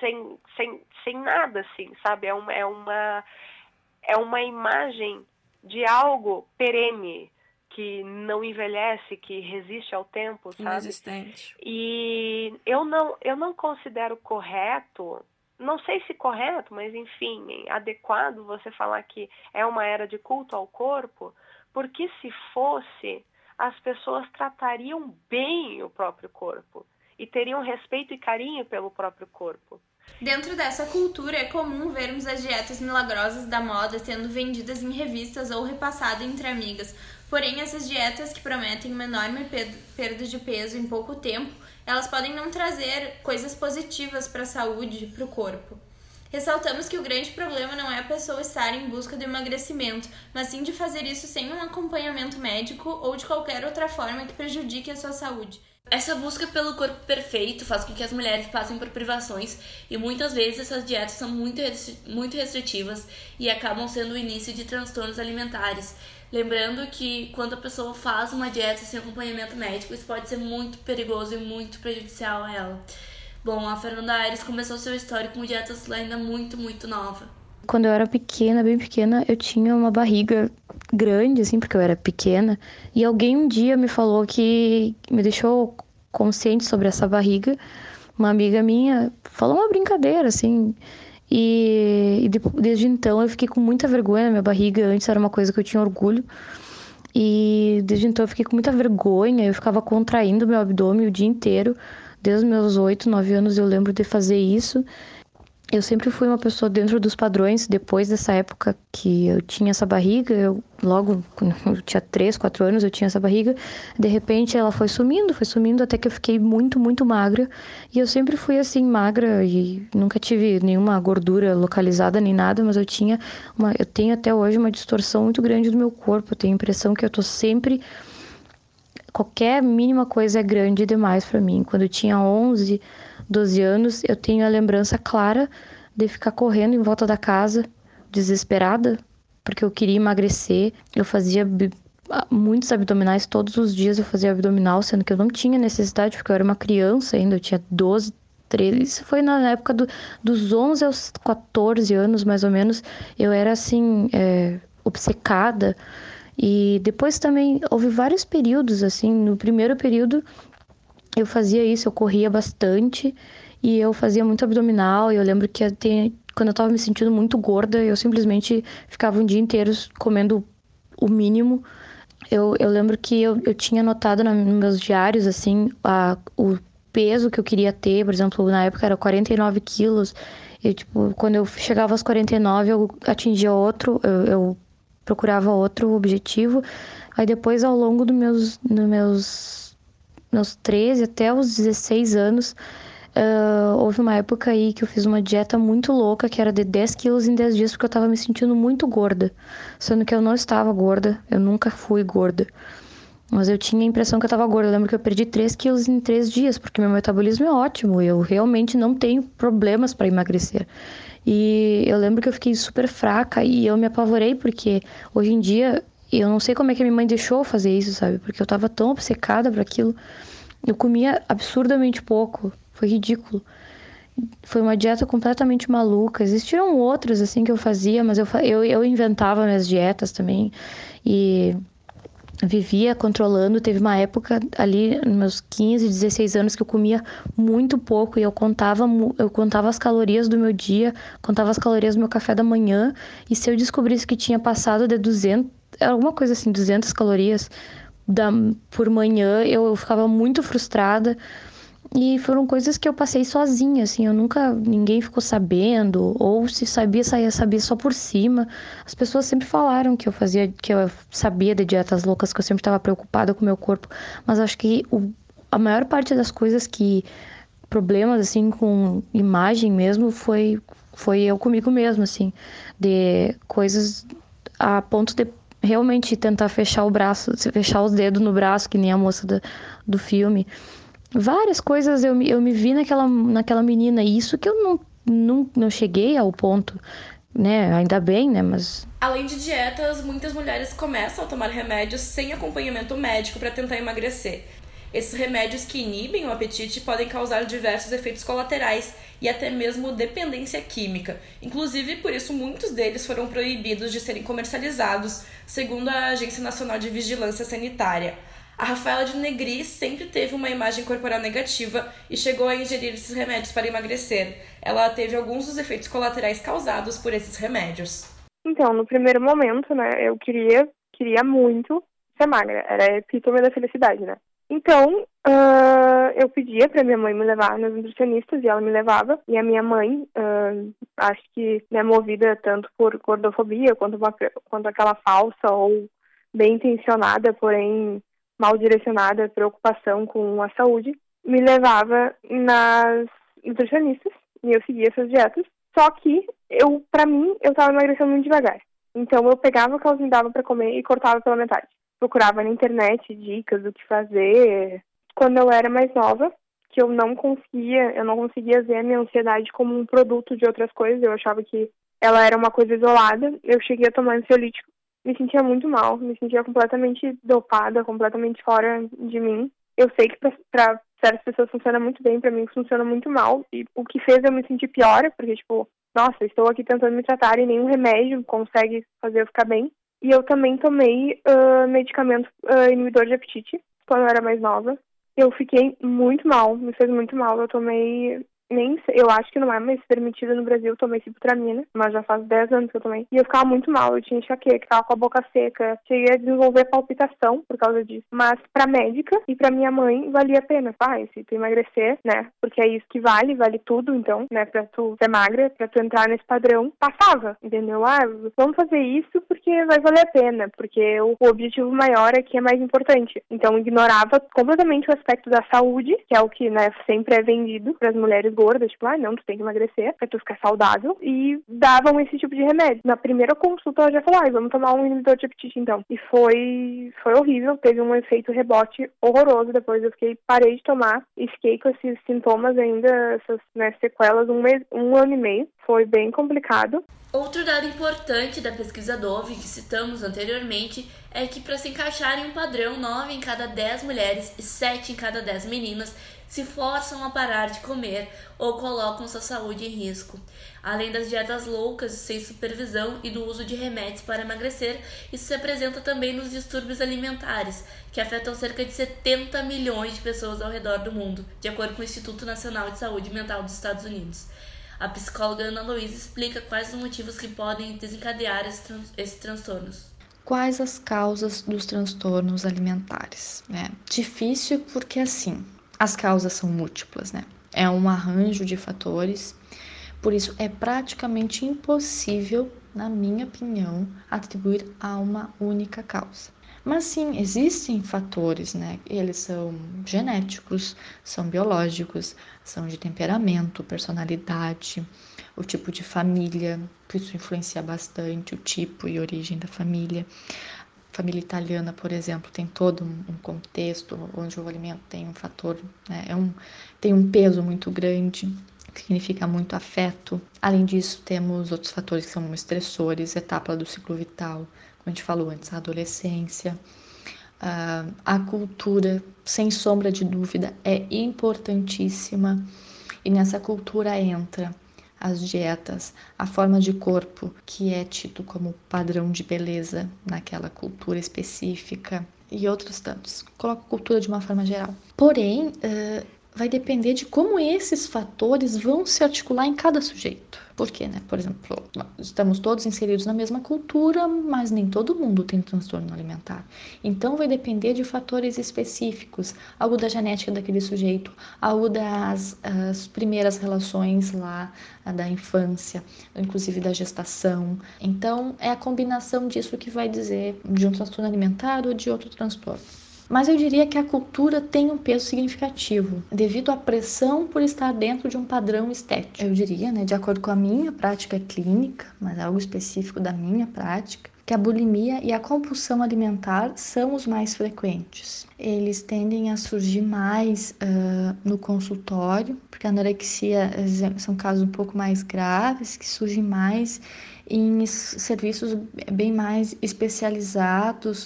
sem nada, assim, sabe? É uma imagem de algo perene, que não envelhece, que resiste ao tempo, sabe? Inexistente. E eu não considero correto, não sei se correto, mas enfim, adequado você falar que é uma era de culto ao corpo, porque se fosse, as pessoas tratariam bem o próprio corpo e teriam respeito e carinho pelo próprio corpo. Dentro dessa cultura, é comum vermos as dietas milagrosas da moda sendo vendidas em revistas ou repassadas entre amigas. Porém, essas dietas que prometem uma enorme perda de peso em pouco tempo, elas podem não trazer coisas positivas para a saúde, para o corpo. Ressaltamos que o grande problema não é a pessoa estar em busca do emagrecimento, mas sim de fazer isso sem um acompanhamento médico ou de qualquer outra forma que prejudique a sua saúde. Essa busca pelo corpo perfeito faz com que as mulheres passem por privações e muitas vezes essas dietas são muito restritivas e acabam sendo o início de transtornos alimentares. Lembrando que quando a pessoa faz uma dieta sem acompanhamento médico, isso pode ser muito perigoso e muito prejudicial a ela. Bom, a Fernanda Aires começou seu histórico com dietas ainda muito, muito nova. Quando eu era pequena, bem pequena, eu tinha uma barriga grande, assim, porque eu era pequena. E alguém um dia me falou que me deixou consciente sobre essa barriga. Uma amiga minha falou uma brincadeira, assim. E desde então eu fiquei com muita vergonha na minha barriga. Antes era uma coisa que eu tinha orgulho. E desde então eu fiquei com muita vergonha. Eu ficava contraindo meu abdômen o dia inteiro. Desde os meus 8, 9 anos eu lembro de fazer isso. Eu sempre fui uma pessoa dentro dos padrões. Depois dessa época que eu tinha essa barriga, logo quando eu tinha 3, 4 anos, eu tinha essa barriga. De repente ela foi sumindo até que eu fiquei muito, muito magra. E eu sempre fui assim, magra e nunca tive nenhuma gordura localizada nem nada, mas eu tenho até hoje uma distorção muito grande do meu corpo. Eu tenho a impressão que eu tô sempre... Qualquer mínima coisa é grande demais pra mim. Quando eu tinha 11, 12 anos, eu tenho a lembrança clara de ficar correndo em volta da casa, desesperada, porque eu queria emagrecer. Eu fazia muitos abdominais, todos os dias eu fazia abdominal, sendo que eu não tinha necessidade, porque eu era uma criança ainda, eu tinha 12, 13. Isso foi na época dos 11 aos 14 anos, mais ou menos. Eu era assim, obcecada. E depois também houve vários períodos, assim, no primeiro período eu fazia isso, eu corria bastante e eu fazia muito abdominal. E eu lembro que quando eu tava me sentindo muito gorda, eu simplesmente ficava um dia inteiro comendo o mínimo. Eu lembro que eu tinha anotado nos meus diários, assim, o peso que eu queria ter. Por exemplo, na época era 49 quilos. E, tipo, quando eu chegava aos 49, eu atingia outro, eu procurava outro objetivo. Aí depois, ao longo dos meus 13 até os 16 anos, houve uma época aí que eu fiz uma dieta muito louca, que era de 10 quilos em 10 dias, porque eu tava me sentindo muito gorda. Sendo que eu não estava gorda, eu nunca fui gorda. Mas eu tinha a impressão que eu tava gorda. Eu lembro que eu perdi 3 quilos em 3 dias, porque meu metabolismo é ótimo. Eu realmente não tenho problemas para emagrecer. E eu lembro que eu fiquei super fraca e eu me apavorei, porque hoje em dia eu não sei como é que a minha mãe deixou eu fazer isso, sabe? Porque eu tava tão obcecada por aquilo. Eu comia absurdamente pouco, foi ridículo. Foi uma dieta completamente maluca. Existiram outras, assim, que eu fazia, mas eu inventava minhas dietas também. E vivia controlando. Teve uma época ali, nos meus 15, 16 anos, que eu comia muito pouco e eu contava as calorias do meu dia, contava as calorias do meu café da manhã, e se eu descobrisse que tinha passado de 200, alguma coisa assim, 200 calorias por manhã, eu ficava muito frustrada. E foram coisas que eu passei sozinha, assim, ninguém ficou sabendo, ou se sabia só por cima. As pessoas sempre falaram que eu sabia de dietas loucas, que eu sempre estava preocupada com o meu corpo, mas acho que a maior parte das coisas problemas, assim, com imagem mesmo, foi eu comigo mesmo, assim, de coisas a ponto de realmente tentar fechar os dedos no braço, que nem a moça do filme. Várias coisas eu me vi naquela menina, e isso que eu não cheguei ao ponto, né? Ainda bem, né? Mas Além de dietas, muitas mulheres começam a tomar remédios sem acompanhamento médico para tentar emagrecer. Esses remédios que inibem o apetite podem causar diversos efeitos colaterais e até mesmo dependência química. Inclusive, por isso, muitos deles foram proibidos de serem comercializados, segundo a Agência Nacional de Vigilância Sanitária. A Rafaela de Negri sempre teve uma imagem corporal negativa e chegou a ingerir esses remédios para emagrecer. Ela teve alguns dos efeitos colaterais causados por esses remédios. Então, no primeiro momento, né, eu queria muito ser magra. Era a epítome da felicidade, né? Então, eu pedia pra minha mãe me levar nas nutricionistas e ela me levava. E a minha mãe, acho que né, movida tanto por gordofobia quanto aquela falsa ou bem intencionada, porém mal direcionada preocupação com a saúde, me levava nas nutricionistas e eu seguia essas dietas. Só que, pra mim, eu tava emagrecendo muito devagar. Então, eu pegava o que elas me davam pra comer e cortava pela metade. Procurava na internet dicas do que fazer. Quando eu era mais nova, que eu não conseguia ver a minha ansiedade como um produto de outras coisas. Eu achava que ela era uma coisa isolada. Eu cheguei a tomar ansiolítico. Me sentia muito mal, me sentia completamente dopada, completamente fora de mim. Eu sei que pra certas pessoas funciona muito bem, pra mim funciona muito mal. E o que fez eu me sentir pior, porque, nossa, estou aqui tentando me tratar e nenhum remédio consegue fazer eu ficar bem. E eu também tomei medicamento inibidor de apetite quando eu era mais nova. Eu fiquei muito mal, me fez muito mal. Eu tomei, eu acho que não é mais permitido no Brasil, eu tomei Sibutramina, mas já faz 10 anos que eu tomei. E eu ficava muito mal, eu tinha enxaqueca, ficava com a boca seca, cheguei a desenvolver palpitação por causa disso. Mas pra médica e pra minha mãe valia a pena. Se tu emagrecer, né, porque é isso que vale tudo, então, né, pra tu ser magra, pra tu entrar nesse padrão, passava, entendeu? Vamos fazer isso porque vai valer a pena, porque o objetivo maior aqui é mais importante. Então, ignorava completamente o aspecto da saúde, que é o que, né, sempre é vendido pras mulheres gordas, não, tu tem que emagrecer pra tu ficar saudável, e davam esse tipo de remédio. Na primeira consulta ela já falou, vamos tomar um inibidor de apetite então. E foi horrível, teve um efeito rebote horroroso, depois eu parei de tomar e fiquei com esses sintomas ainda, essas sequelas, um ano e meio. Foi bem complicado. Outro dado importante da pesquisa Dove, que citamos anteriormente, é que para se encaixar em um padrão, 9 em cada 10 mulheres e 7 em cada 10 meninas se forçam a parar de comer ou colocam sua saúde em risco. Além das dietas loucas sem supervisão e do uso de remédios para emagrecer, isso se apresenta também nos distúrbios alimentares, que afetam cerca de 70 milhões de pessoas ao redor do mundo, de acordo com o Instituto Nacional de Saúde Mental dos Estados Unidos. A psicóloga Ana Luísa explica quais os motivos que podem desencadear esses transtornos. Quais as causas dos transtornos alimentares? Difícil porque, as causas são múltiplas, É um arranjo de fatores, por isso é praticamente impossível, na minha opinião, atribuir a uma única causa. Mas sim, existem fatores, Eles são genéticos, são biológicos, são de temperamento, personalidade, o tipo de família, que isso influencia bastante, o tipo e origem da família. A família italiana, por exemplo, tem todo um contexto onde o alimento tem um fator, tem um peso muito grande, significa muito afeto. Além disso, temos outros fatores que são estressores, etapa do ciclo vital, como a gente falou antes, a adolescência. A cultura, sem sombra de dúvida, é importantíssima, e nessa cultura entra as dietas, a forma de corpo que é tido como padrão de beleza naquela cultura específica e outros tantos. Coloco cultura de uma forma geral. Porém, vai depender de como esses fatores vão se articular em cada sujeito. Por quê, Por exemplo, estamos todos inseridos na mesma cultura, mas nem todo mundo tem transtorno alimentar. Então, vai depender de fatores específicos, algo da genética daquele sujeito, algo das primeiras relações lá da infância, inclusive da gestação. Então, é a combinação disso que vai dizer de um transtorno alimentar ou de outro transtorno. Mas eu diria que a cultura tem um peso significativo, devido à pressão por estar dentro de um padrão estético. Eu diria, de acordo com a minha prática clínica, mas algo específico da minha prática, que a bulimia e a compulsão alimentar são os mais frequentes. Eles tendem a surgir mais no consultório, porque a anorexia são casos um pouco mais graves, que surgem mais em serviços bem mais especializados,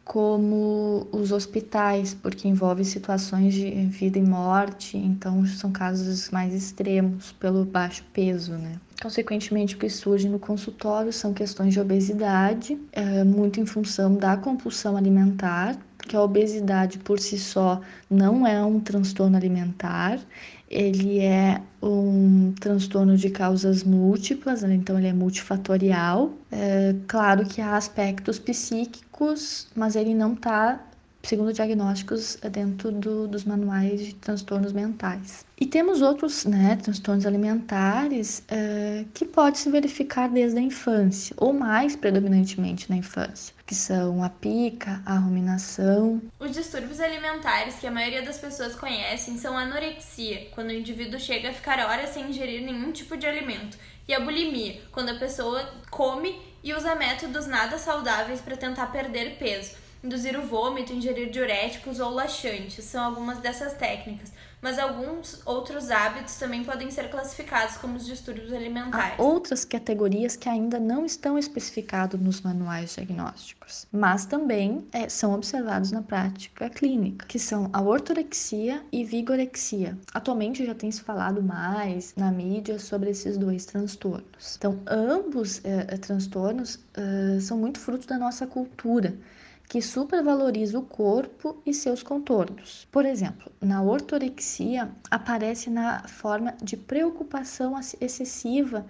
como os hospitais, porque envolve situações de vida e morte, então são casos mais extremos pelo baixo peso, né? Consequentemente, o que surge no consultório são questões de obesidade, muito em função da compulsão alimentar, que a obesidade por si só não é um transtorno alimentar, ele é um transtorno de causas múltiplas, então ele é multifatorial. Claro que há aspectos psíquicos, mas ele não está, segundo diagnósticos, dentro dos manuais de transtornos mentais. E temos outros, transtornos alimentares que pode se verificar desde a infância, ou mais predominantemente na infância, que são a pica, a ruminação. Os distúrbios alimentares que a maioria das pessoas conhecem são a anorexia, quando o indivíduo chega a ficar horas sem ingerir nenhum tipo de alimento, e a bulimia, quando a pessoa come e usa métodos nada saudáveis para tentar perder peso. Induzir o vômito, ingerir diuréticos ou laxantes são algumas dessas técnicas, mas alguns outros hábitos também podem ser classificados como os distúrbios alimentares. Há outras categorias que ainda não estão especificadas nos manuais diagnósticos, mas também são observados na prática clínica, que são a ortorexia e vigorexia. Atualmente já tem se falado mais na mídia sobre esses dois transtornos. Então, ambos transtornos são muito fruto da nossa cultura, que supervaloriza o corpo e seus contornos. Por exemplo, na ortorexia aparece na forma de preocupação excessiva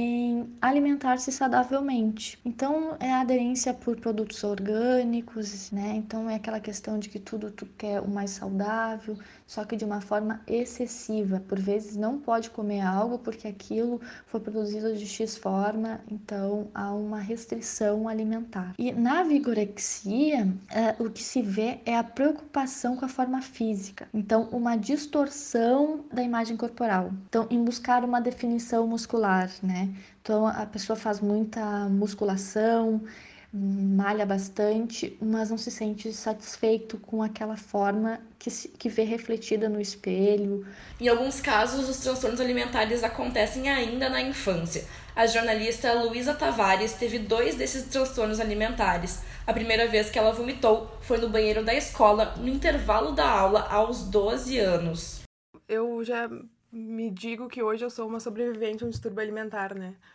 em alimentar-se saudavelmente. Então, é a aderência por produtos orgânicos, Então, é aquela questão de que tudo tu quer o mais saudável, só que de uma forma excessiva. Por vezes, não pode comer algo porque aquilo foi produzido de X forma, então há uma restrição alimentar. E na vigorexia, o que se vê é a preocupação com a forma física. Então, uma distorção da imagem corporal. Então, em buscar uma definição muscular, Então, a pessoa faz muita musculação, malha bastante, mas não se sente satisfeito com aquela forma que vê refletida no espelho. Em alguns casos, os transtornos alimentares acontecem ainda na infância. A jornalista Luísa Tavares teve 2 desses transtornos alimentares. A primeira vez que ela vomitou foi no banheiro da escola, no intervalo da aula, aos 12 anos. Eu já me digo que hoje eu sou uma sobrevivente a um distúrbio alimentar,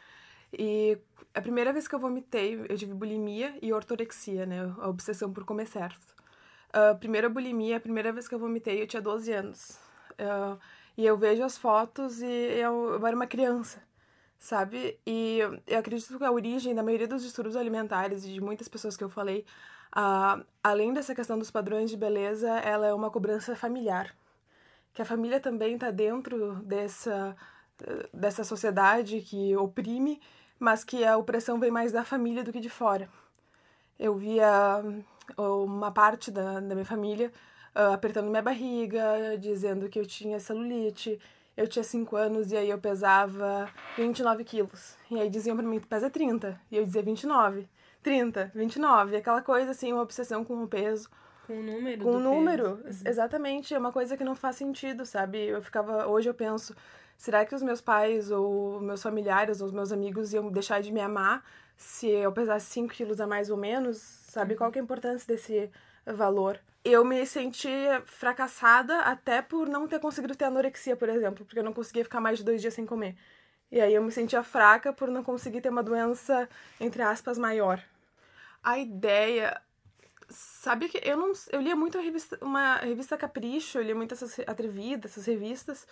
E a primeira vez que eu vomitei, eu tive bulimia e ortorexia, A obsessão por comer certo. A primeira bulimia, a primeira vez que eu vomitei, eu tinha 12 anos. E eu vejo as fotos e eu era uma criança, sabe? E eu acredito que a origem da maioria dos distúrbios alimentares e de muitas pessoas que eu falei, além dessa questão dos padrões de beleza, ela é uma cobrança familiar. Que a família também está dentro dessa sociedade que oprime, mas que a opressão vem mais da família do que de fora. Eu via uma parte da minha família apertando minha barriga, dizendo que eu tinha celulite. Eu tinha 5 anos e aí eu pesava 29 quilos. E aí diziam pra mim, tu pesa 30. E eu dizia 29, 30, 29. Aquela coisa assim, uma obsessão com o peso. Com o número Com o número, peso. Exatamente. É uma coisa que não faz sentido, sabe? Hoje eu penso, será que os meus pais ou meus familiares ou os meus amigos iam deixar de me amar se eu pesasse 5 quilos a mais ou menos? Sabe? Qual que é a importância desse valor? Eu me senti fracassada até por não ter conseguido ter anorexia, por exemplo, porque eu não conseguia ficar mais de 2 dias sem comer. E aí eu me sentia fraca por não conseguir ter uma doença, entre aspas, maior. A ideia... Sabe que eu lia muito uma revista Capricho, eu lia muito essas Atrevida, essas revistas.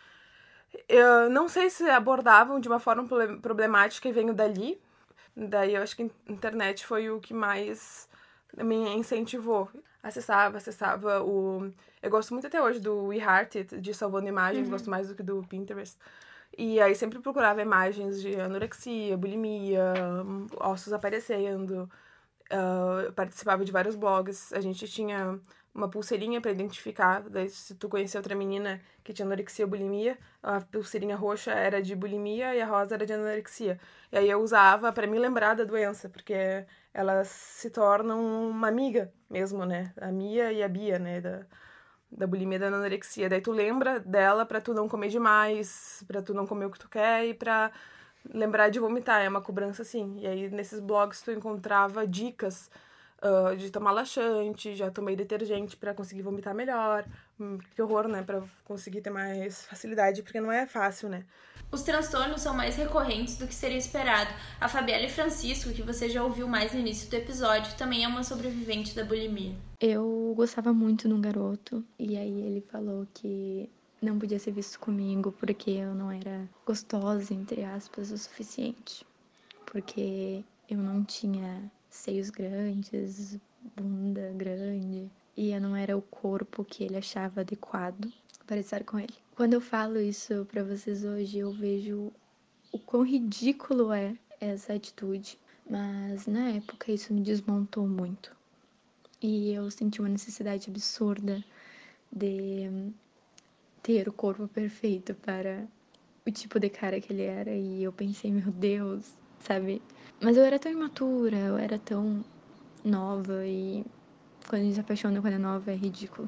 Eu não sei se abordavam de uma forma problemática e venho dali. Daí eu acho que a internet foi o que mais me incentivou. Acessava o... Eu gosto muito até hoje do We Heart It, de Salvando Imagens, gosto mais do que do Pinterest. E aí sempre procurava imagens de anorexia, bulimia, ossos aparecendo... Eu participava de vários blogs, a gente tinha uma pulseirinha para identificar, daí, se tu conhecia outra menina que tinha anorexia ou bulimia, a pulseirinha roxa era de bulimia e a rosa era de anorexia. E aí eu usava para me lembrar da doença, porque elas se tornam uma amiga mesmo, né? A Mia e a Bia, né? Da bulimia e da anorexia. Daí tu lembra dela pra tu não comer demais, pra tu não comer o que tu quer e pra lembrar de vomitar. É uma cobrança assim. E aí nesses blogs tu encontrava dicas de tomar laxante, já tomei detergente pra conseguir vomitar melhor. Que horror, né? Pra conseguir ter mais facilidade, porque não é fácil, né? Os transtornos são mais recorrentes do que seria esperado. A Fabielle Francisco, que você já ouviu mais no início do episódio, também é uma sobrevivente da bulimia. Eu gostava muito de um garoto, e aí ele falou que não podia ser visto comigo porque eu não era gostosa, entre aspas, o suficiente. Porque eu não tinha seios grandes, bunda grande, e eu não era o corpo que ele achava adequado para estar com ele. Quando eu falo isso pra vocês hoje, eu vejo o quão ridículo é essa atitude, mas na época isso me desmontou muito. E eu senti uma necessidade absurda de ter o corpo perfeito para o tipo de cara que ele era, e eu pensei, meu Deus, sabe? Mas eu era tão imatura, eu era tão nova, e quando a gente se apaixona quando é nova é ridículo.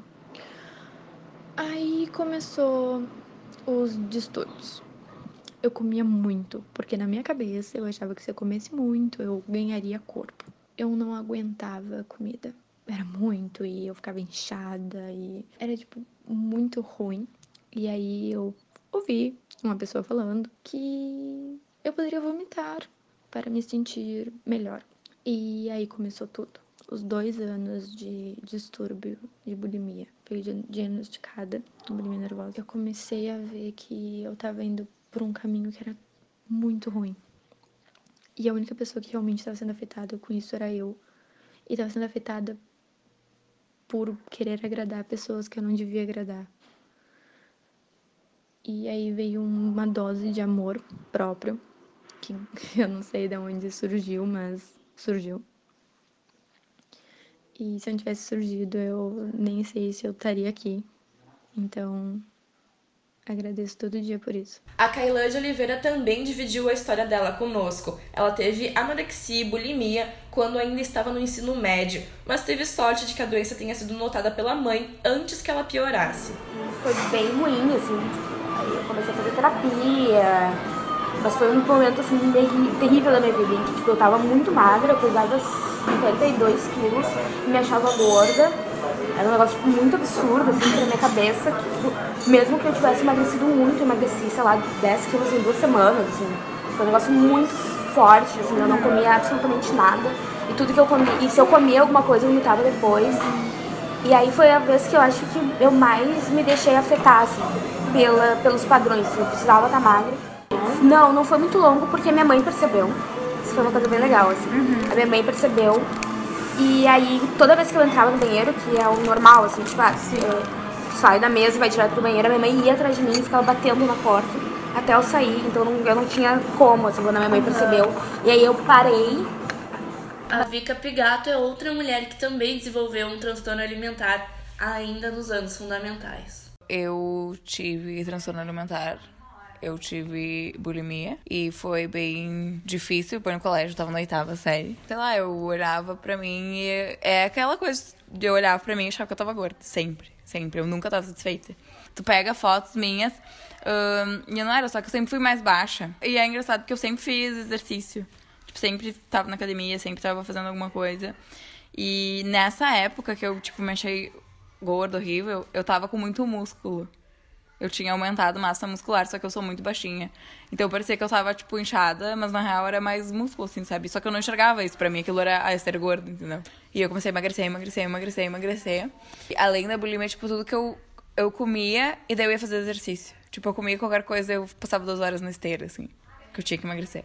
Aí começou os distúrbios. Eu comia muito, porque na minha cabeça eu achava que se eu comesse muito eu ganharia corpo. Eu não aguentava comida. Era muito, e eu ficava inchada, e era tipo muito ruim. E aí eu ouvi uma pessoa falando que eu poderia vomitar para me sentir melhor. E aí começou tudo. Os 2 anos de distúrbio de bulimia. Fui diagnosticada com bulimia nervosa. Eu comecei a ver que eu tava indo por um caminho que era muito ruim. E a única pessoa que realmente estava sendo afetada com isso era eu. E estava sendo afetada por querer agradar pessoas que eu não devia agradar. E aí veio uma dose de amor próprio, que eu não sei de onde surgiu, mas surgiu. E se não tivesse surgido, eu nem sei se eu estaria aqui. Então, agradeço todo dia por isso. A Kailã de Oliveira também dividiu a história dela conosco. Ela teve anorexia e bulimia quando ainda estava no ensino médio, mas teve sorte de que a doença tenha sido notada pela mãe antes que ela piorasse. Foi bem ruim, assim. Aí eu comecei a fazer terapia, mas foi um momento, assim, terrível da minha vida, em que, tipo, eu tava muito magra, eu pesava 52 quilos e me achava gorda. Era um negócio, tipo, muito absurdo, assim, pra minha cabeça, que, tipo, mesmo que eu tivesse emagrecido muito, eu emagreci, sei lá, 10 quilos em 2 semanas, assim. Foi um negócio muito forte, assim, eu não comia absolutamente nada. E tudo que eu comia, e se eu comia alguma coisa, eu vomitava depois. E aí foi a vez que eu acho que eu mais me deixei afetar, assim, pelos padrões, assim, eu precisava estar magra. Não foi muito longo, porque minha mãe percebeu. Isso foi uma coisa bem legal, assim. A minha mãe percebeu. E aí, toda vez que eu entrava no banheiro, que é o normal, assim, tipo, sai da mesa e vai direto pro banheiro, a minha mãe ia atrás de mim e ficava batendo na porta até eu sair. Então eu não tinha como, assim, quando a minha mãe percebeu. E aí eu parei. A Vika Pigato é outra mulher que também desenvolveu um transtorno alimentar ainda nos anos fundamentais. Eu tive transtorno alimentar, eu tive bulimia e foi bem difícil, porque no colégio eu tava na 8ª série. Sei lá, eu olhava pra mim e é aquela coisa de eu olhar pra mim e achar que eu tava gorda, sempre, eu nunca tava satisfeita. Tu pega fotos minhas e eu não era, só que eu sempre fui mais baixa. E é engraçado porque eu sempre fiz exercício. Sempre tava na academia, sempre tava fazendo alguma coisa. E nessa época que eu, tipo, me achei gorda, horrível, eu tava com muito músculo. Eu tinha aumentado massa muscular, só que eu sou muito baixinha. Então parecia que eu tava, tipo, inchada, mas na real era mais músculo, assim, sabe? Só que eu não enxergava isso pra mim, aquilo era ser gordo, entendeu? E eu comecei a emagrecer. E além da bulimia, tipo, tudo que eu comia e daí eu ia fazer exercício. Tipo, eu comia qualquer coisa, eu passava 2 horas na esteira, assim, que eu tinha que emagrecer.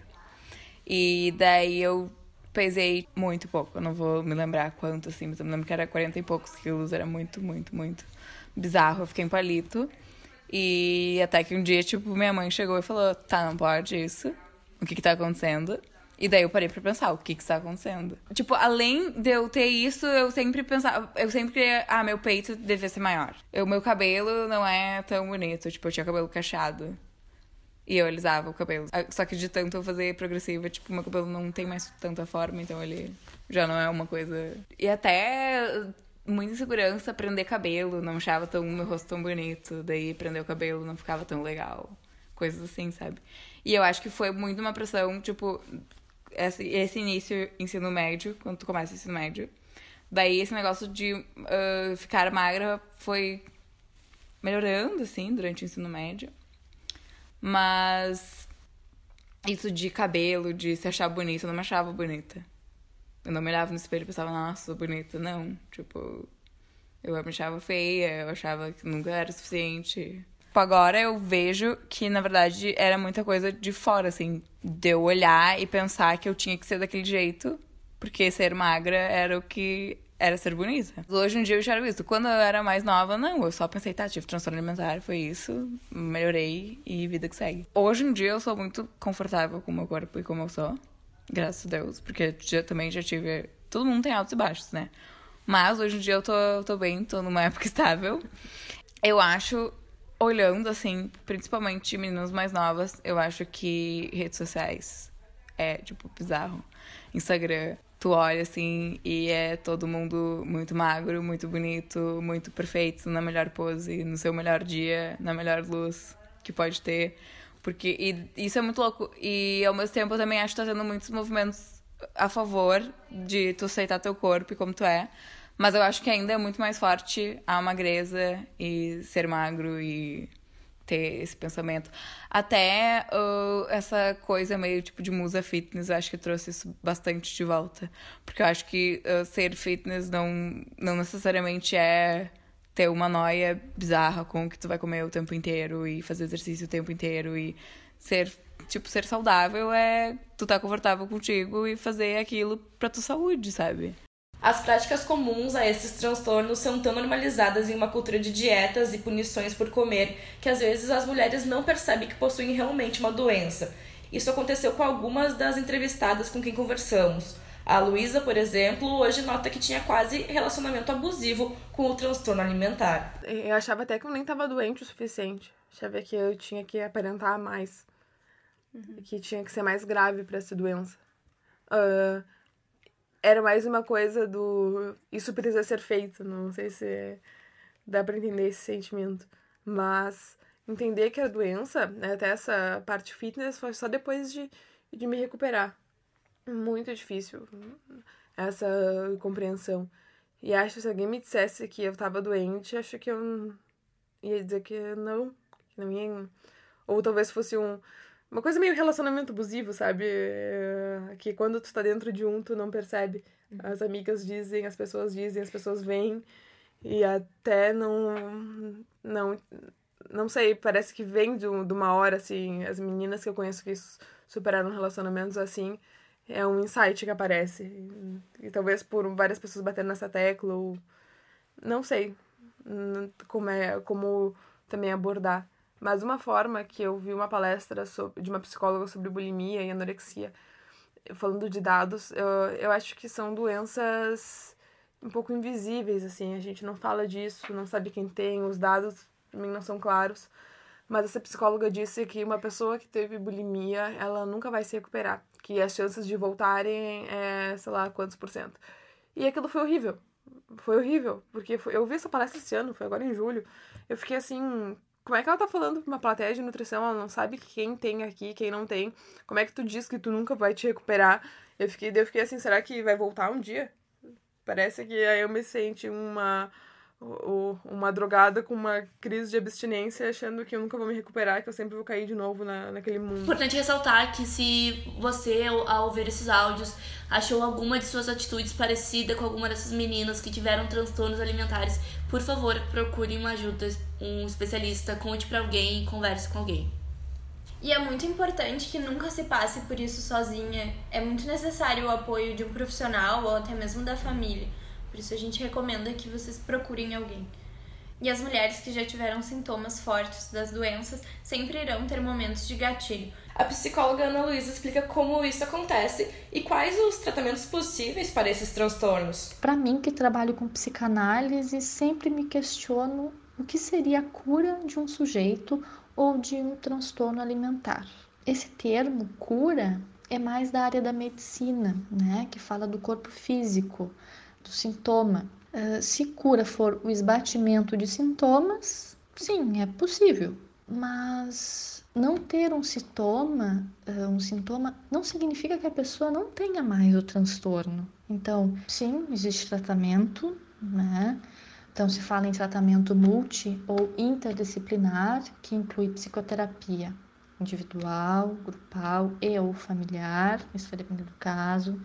E daí eu pesei muito pouco, eu não vou me lembrar quanto, assim, mas eu me lembro que era 40 e poucos quilos, era muito bizarro, eu fiquei em palito. E até que um dia, tipo, minha mãe chegou e falou, tá, não pode isso, o que tá acontecendo? E daí eu parei pra pensar, o que está acontecendo? Tipo, além de eu ter isso, eu sempre queria, meu peito devia ser maior. Meu cabelo não é tão bonito, tipo, eu tinha cabelo cacheado. E eu alisava o cabelo. Só que de tanto eu fazer progressiva, tipo, meu cabelo não tem mais tanta forma, então ele já não é uma coisa... E até muita insegurança prender cabelo, não achava meu rosto tão bonito. Daí prender o cabelo não ficava tão legal. Coisas assim, sabe? E eu acho que foi muito uma pressão, tipo, esse início ensino médio, quando tu começa o ensino médio. Daí esse negócio de ficar magra foi melhorando, assim, durante o ensino médio. Mas isso de cabelo, de se achar bonita, eu não me achava bonita. Eu não me olhava no espelho e pensava, nossa, sou bonita. Não, tipo, eu me achava feia, eu achava que nunca era o suficiente. Tipo, agora eu vejo que, na verdade, era muita coisa de fora, assim, de eu olhar e pensar que eu tinha que ser daquele jeito, porque ser magra era o que era ser bonita. Hoje em dia eu enxergo isso. Quando eu era mais nova, não. Eu só pensei, tá, tive transtorno alimentar, foi isso. Melhorei e vida que segue. Hoje em dia eu sou muito confortável com o meu corpo e como eu sou. Graças a Deus. Porque também já tive... Todo mundo tem altos e baixos, né? Mas hoje em dia eu tô bem, tô numa época estável. Eu acho, olhando assim, principalmente meninas mais novas, eu acho que redes sociais é, tipo, bizarro. Instagram... Tu olha, assim, e é todo mundo muito magro, muito bonito, muito perfeito, na melhor pose, no seu melhor dia, na melhor luz que pode ter. E isso é muito louco. E, ao mesmo tempo, eu também acho que tá tendo muitos movimentos a favor de tu aceitar teu corpo e como tu é. Mas eu acho que ainda é muito mais forte a magreza e ser magro e ter esse pensamento. Até essa coisa meio tipo de musa fitness, eu acho que trouxe isso bastante de volta. Porque eu acho que ser fitness não necessariamente é ter uma noia bizarra com o que tu vai comer o tempo inteiro e fazer exercício o tempo inteiro e ser saudável é tu tá confortável contigo e fazer aquilo pra tua saúde, sabe? As práticas comuns a esses transtornos são tão normalizadas em uma cultura de dietas e punições por comer que às vezes as mulheres não percebem que possuem realmente uma doença. Isso aconteceu com algumas das entrevistadas com quem conversamos. A Luísa, por exemplo, hoje nota que tinha quase relacionamento abusivo com o transtorno alimentar. Eu achava até que eu nem estava doente o suficiente. Achava que eu tinha que aparentar mais. Que tinha que ser mais grave para essa doença. Era mais uma coisa do... Isso precisa ser feito. Não sei se dá pra entender esse sentimento. Mas entender que a doença, né, até essa parte fitness, foi só depois de me recuperar. Muito difícil essa compreensão. E acho que se alguém me dissesse que eu tava doente, acho que eu ia dizer que não ia... Ou talvez fosse uma coisa meio relacionamento abusivo, sabe? Que quando tu tá dentro de tu não percebe. As amigas dizem, as pessoas veem. E até não sei, parece que vem de uma hora, assim. As meninas que eu conheço que superaram relacionamentos assim, é um insight que aparece. E talvez por várias pessoas batendo nessa tecla, ou... Não sei como também abordar. Mas uma forma que eu vi uma palestra de uma psicóloga sobre bulimia e anorexia, falando de dados, eu acho que são doenças um pouco invisíveis, assim. A gente não fala disso, não sabe quem tem, os dados também não são claros. Mas essa psicóloga disse que uma pessoa que teve bulimia, ela nunca vai se recuperar. Que as chances de voltarem é, sei lá, quantos %. E aquilo foi horrível. Foi horrível, porque eu vi essa palestra esse ano, foi agora em julho. Eu fiquei assim... Como é que ela tá falando pra uma plateia de nutrição? Ela não sabe quem tem aqui, quem não tem. Como é que tu diz que tu nunca vai te recuperar? Eu fiquei assim, será que vai voltar um dia? Parece que aí eu me senti uma drogada com uma crise de abstinência, achando que eu nunca vou me recuperar, que eu sempre vou cair de novo naquele mundo. Importante ressaltar que se você, ao ver esses áudios, achou alguma de suas atitudes parecida com alguma dessas meninas que tiveram transtornos alimentares, por favor, procure uma ajuda, um especialista, conte pra alguém e converse com alguém. E é muito importante que nunca se passe por isso sozinha. É muito necessário o apoio de um profissional ou até mesmo da família. Por isso a gente recomenda que vocês procurem alguém. E as mulheres que já tiveram sintomas fortes das doenças sempre irão ter momentos de gatilho. A psicóloga Ana Luísa explica como isso acontece e quais os tratamentos possíveis para esses transtornos. Para mim, que trabalho com psicanálise, sempre me questiono o que seria a cura de um sujeito ou de um transtorno alimentar. Esse termo cura é mais da área da medicina, né, que fala do corpo físico, do sintoma. Se cura for o esbatimento de sintomas, sim, é possível, mas não ter um sintoma não significa que a pessoa não tenha mais o transtorno. Então, sim, existe tratamento, né? Então, se fala em tratamento multi ou interdisciplinar, que inclui psicoterapia individual, grupal e ou familiar, isso vai depender do caso,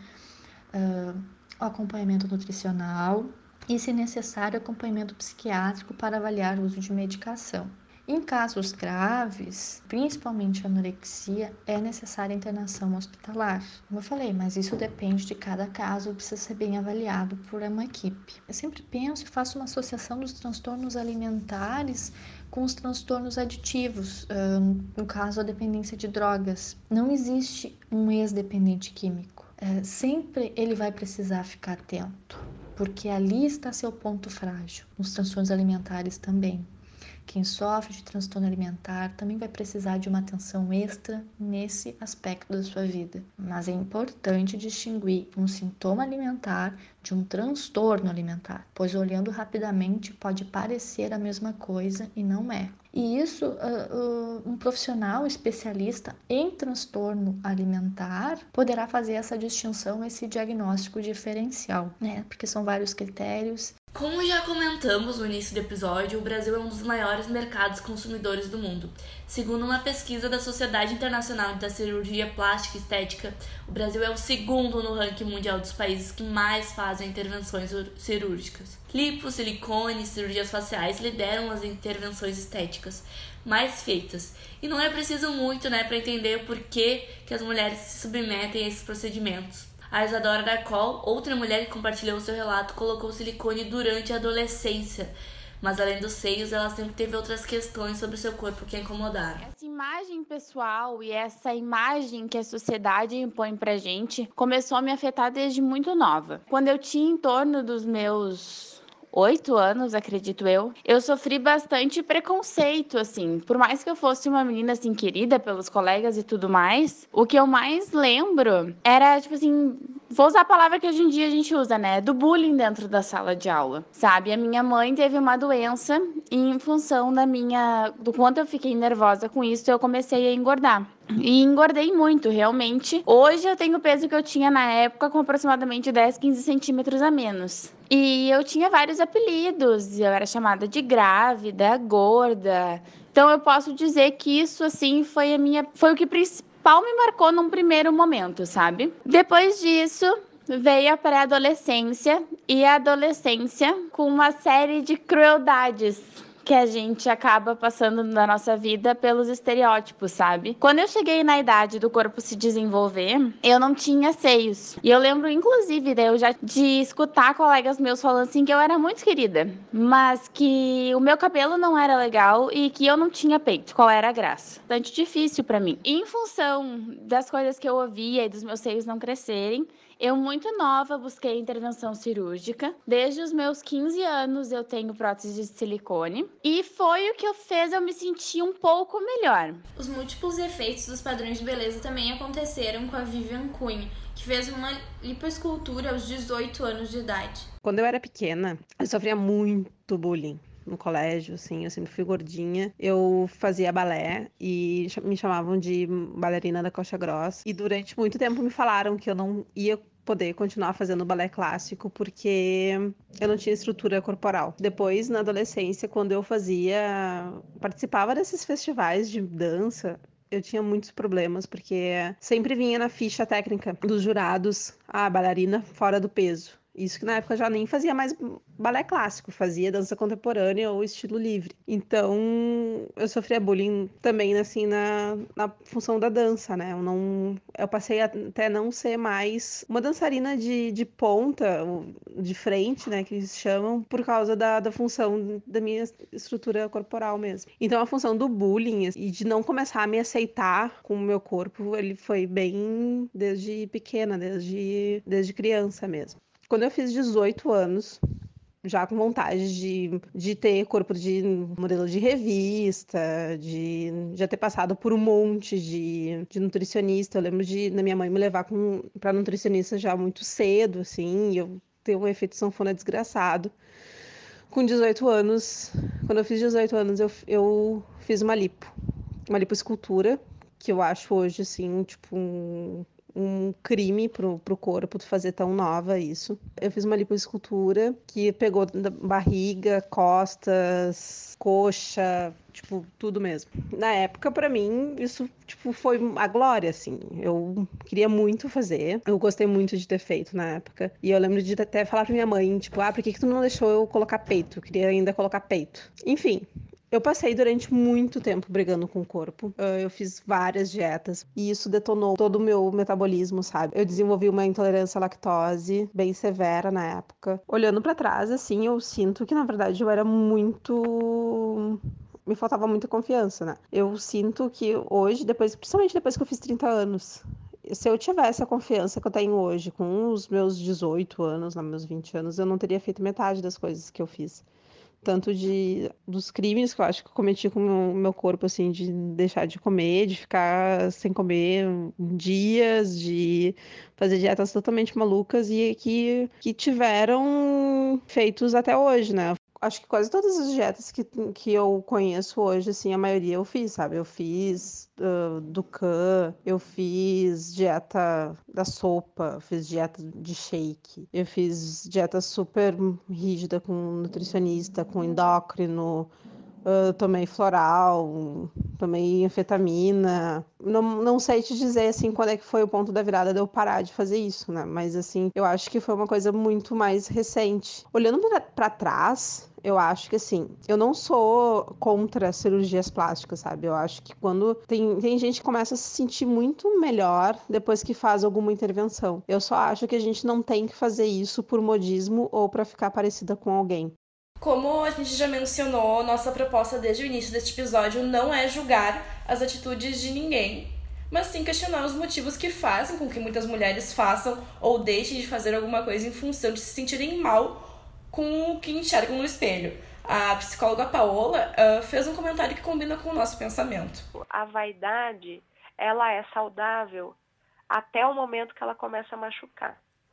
o acompanhamento nutricional e, se necessário, acompanhamento psiquiátrico para avaliar o uso de medicação. Em casos graves, principalmente anorexia, é necessária internação hospitalar. Como eu falei, mas isso depende de cada caso e precisa ser bem avaliado por uma equipe. Eu sempre penso e faço uma associação dos transtornos alimentares com os transtornos aditivos, no caso a dependência de drogas. Não existe um ex-dependente químico. Sempre ele vai precisar ficar atento, porque ali está seu ponto frágil. Nos transtornos alimentares também. Quem sofre de transtorno alimentar também vai precisar de uma atenção extra nesse aspecto da sua vida. Mas é importante distinguir um sintoma alimentar de um transtorno alimentar, pois olhando rapidamente pode parecer a mesma coisa e não é. E isso, um profissional especialista em transtorno alimentar poderá fazer essa distinção, esse diagnóstico diferencial, né? Porque são vários critérios. Como já comentamos no início do episódio, o Brasil é um dos maiores mercados consumidores do mundo. Segundo uma pesquisa da Sociedade Internacional da Cirurgia Plástica e Estética, o Brasil é o segundo no ranking mundial dos países que mais fazem intervenções cirúrgicas. Lipo, silicone e cirurgias faciais lideram as intervenções estéticas mais feitas. E não é preciso muito, para entender por que as mulheres se submetem a esses procedimentos. A Isadora Darcol, outra mulher que compartilhou seu relato, colocou silicone durante a adolescência. Mas além dos seios, ela sempre teve outras questões sobre seu corpo que a incomodaram. Essa imagem pessoal e essa imagem que a sociedade impõe pra gente começou a me afetar desde muito nova. Quando eu tinha em torno dos meus 8 anos, acredito eu sofri bastante preconceito, assim. Por mais que eu fosse uma menina, assim, querida pelos colegas e tudo mais, o que eu mais lembro era, vou usar a palavra que hoje em dia a gente usa, né? Do bullying dentro da sala de aula, sabe? A minha mãe teve uma doença e, em função do quanto eu fiquei nervosa com isso, eu comecei a engordar. E engordei muito, realmente. Hoje eu tenho o peso que eu tinha na época, com aproximadamente 10, 15 centímetros a menos. E eu tinha vários apelidos, eu era chamada de grávida, gorda. Então eu posso dizer que isso, assim, foi o que principal me marcou num primeiro momento, sabe? Depois disso, veio a pré-adolescência e a adolescência com uma série de crueldades que a gente acaba passando na nossa vida pelos estereótipos, sabe? Quando eu cheguei na idade do corpo se desenvolver, eu não tinha seios. E eu lembro, inclusive, de escutar colegas meus falando assim que eu era muito querida, mas que o meu cabelo não era legal e que eu não tinha peito. Qual era a graça? Bastante difícil pra mim. E em função das coisas que eu ouvia e dos meus seios não crescerem, eu, muito nova, busquei intervenção cirúrgica. Desde os meus 15 anos, eu tenho prótese de silicone. E foi o que fez eu me sentir um pouco melhor. Os múltiplos efeitos dos padrões de beleza também aconteceram com a Vivian Cunha, que fez uma lipoescultura aos 18 anos de idade. Quando eu era pequena, eu sofria muito bullying. No colégio, assim, eu sempre fui gordinha. Eu fazia balé e me chamavam de bailarina da coxa grossa. E durante muito tempo me falaram que eu não ia poder continuar fazendo balé clássico porque eu não tinha estrutura corporal. Depois, na adolescência, quando eu participava desses festivais de dança, eu tinha muitos problemas, porque sempre vinha na ficha técnica dos jurados a bailarina fora do peso. Isso que na época já nem fazia mais balé clássico, fazia dança contemporânea ou estilo livre. Então, eu sofria bullying também, assim, na função da dança, né? Eu passei a até não ser mais uma dançarina de ponta, de frente, né? Que eles chamam, por causa da função da minha estrutura corporal mesmo. Então, a função do bullying e de não começar a me aceitar com o meu corpo, ele foi bem desde pequena, desde criança mesmo. Quando eu fiz 18 anos, já com vontade de ter corpo de modelo de revista, de já ter passado por um monte de nutricionista. Eu lembro da minha mãe me levar pra nutricionista já muito cedo, assim, e eu ter um efeito sanfona desgraçado. Com 18 anos, quando eu fiz 18 anos, eu fiz uma lipoescultura, que eu acho hoje, assim, tipo, um crime pro corpo fazer tão nova isso. Eu fiz uma lipoescultura que pegou da barriga, costas, coxa, tipo, tudo mesmo. Na época, pra mim, isso, tipo, foi a glória, assim. Eu queria muito fazer. Eu gostei muito de ter feito na época. E eu lembro de até falar pra minha mãe, tipo, por que tu não deixou eu colocar peito? Eu queria ainda colocar peito. Enfim. Eu passei durante muito tempo brigando com o corpo. Eu fiz várias dietas e isso detonou todo o meu metabolismo, sabe? Eu desenvolvi uma intolerância à lactose bem severa na época. Olhando pra trás, assim, eu sinto que, na verdade, eu era muito... Me faltava muita confiança, né? Eu sinto que hoje, principalmente depois que eu fiz 30 anos, se eu tivesse a confiança que eu tenho hoje, com os meus 18 anos, meus 20 anos, eu não teria feito metade das coisas que eu fiz. Tanto dos crimes que eu acho que eu cometi com o meu corpo, assim, de deixar de comer, de ficar sem comer dias, de fazer dietas totalmente malucas e que tiveram feitos até hoje, né? Acho que quase todas as dietas que eu conheço hoje, assim, a maioria eu fiz, sabe? Eu fiz Dukan, eu fiz dieta da sopa, fiz dieta de shake, eu fiz dieta super rígida com nutricionista, com endócrino, tomei floral, tomei anfetamina. Não sei te dizer, assim, quando é que foi o ponto da virada de eu parar de fazer isso, né? Mas, assim, eu acho que foi uma coisa muito mais recente. Olhando pra trás, eu acho que, assim, eu não sou contra cirurgias plásticas, sabe? Eu acho que quando tem gente que começa a se sentir muito melhor depois que faz alguma intervenção. Eu só acho que a gente não tem que fazer isso por modismo ou pra ficar parecida com alguém. Como a gente já mencionou, nossa proposta desde o início deste episódio não é julgar as atitudes de ninguém, mas sim questionar os motivos que fazem com que muitas mulheres façam ou deixem de fazer alguma coisa em função de se sentirem mal com o que enxergam no espelho. A psicóloga Paola fez um comentário que combina com o nosso pensamento. A vaidade, ela é saudável até o momento que ela começa a machucar.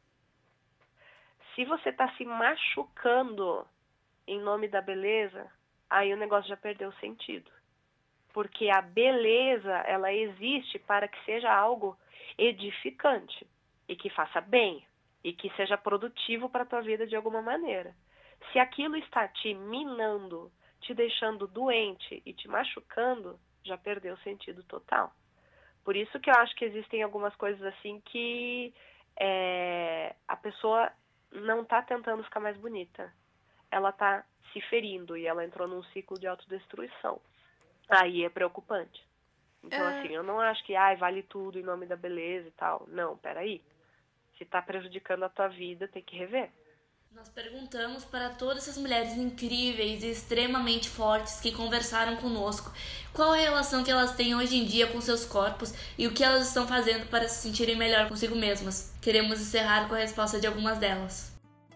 Se você está se machucando em nome da beleza, aí o negócio já perdeu sentido. Porque a beleza, ela existe para que seja algo edificante e que faça bem e que seja produtivo para a tua vida de alguma maneira. Se aquilo está te minando, te deixando doente e te machucando, já perdeu sentido total. Por isso que eu acho que existem algumas coisas assim que a pessoa não está tentando ficar mais bonita. Ela está se ferindo e ela entrou num ciclo de autodestruição. Aí é preocupante. Então, assim, eu não acho que vale tudo em nome da beleza e tal. Não, peraí. Se está prejudicando a tua vida, tem que rever. Nós perguntamos para todas essas mulheres incríveis e extremamente fortes que conversaram conosco qual a relação que elas têm hoje em dia com seus corpos e o que elas estão fazendo para se sentirem melhor consigo mesmas. Queremos encerrar com a resposta de algumas delas.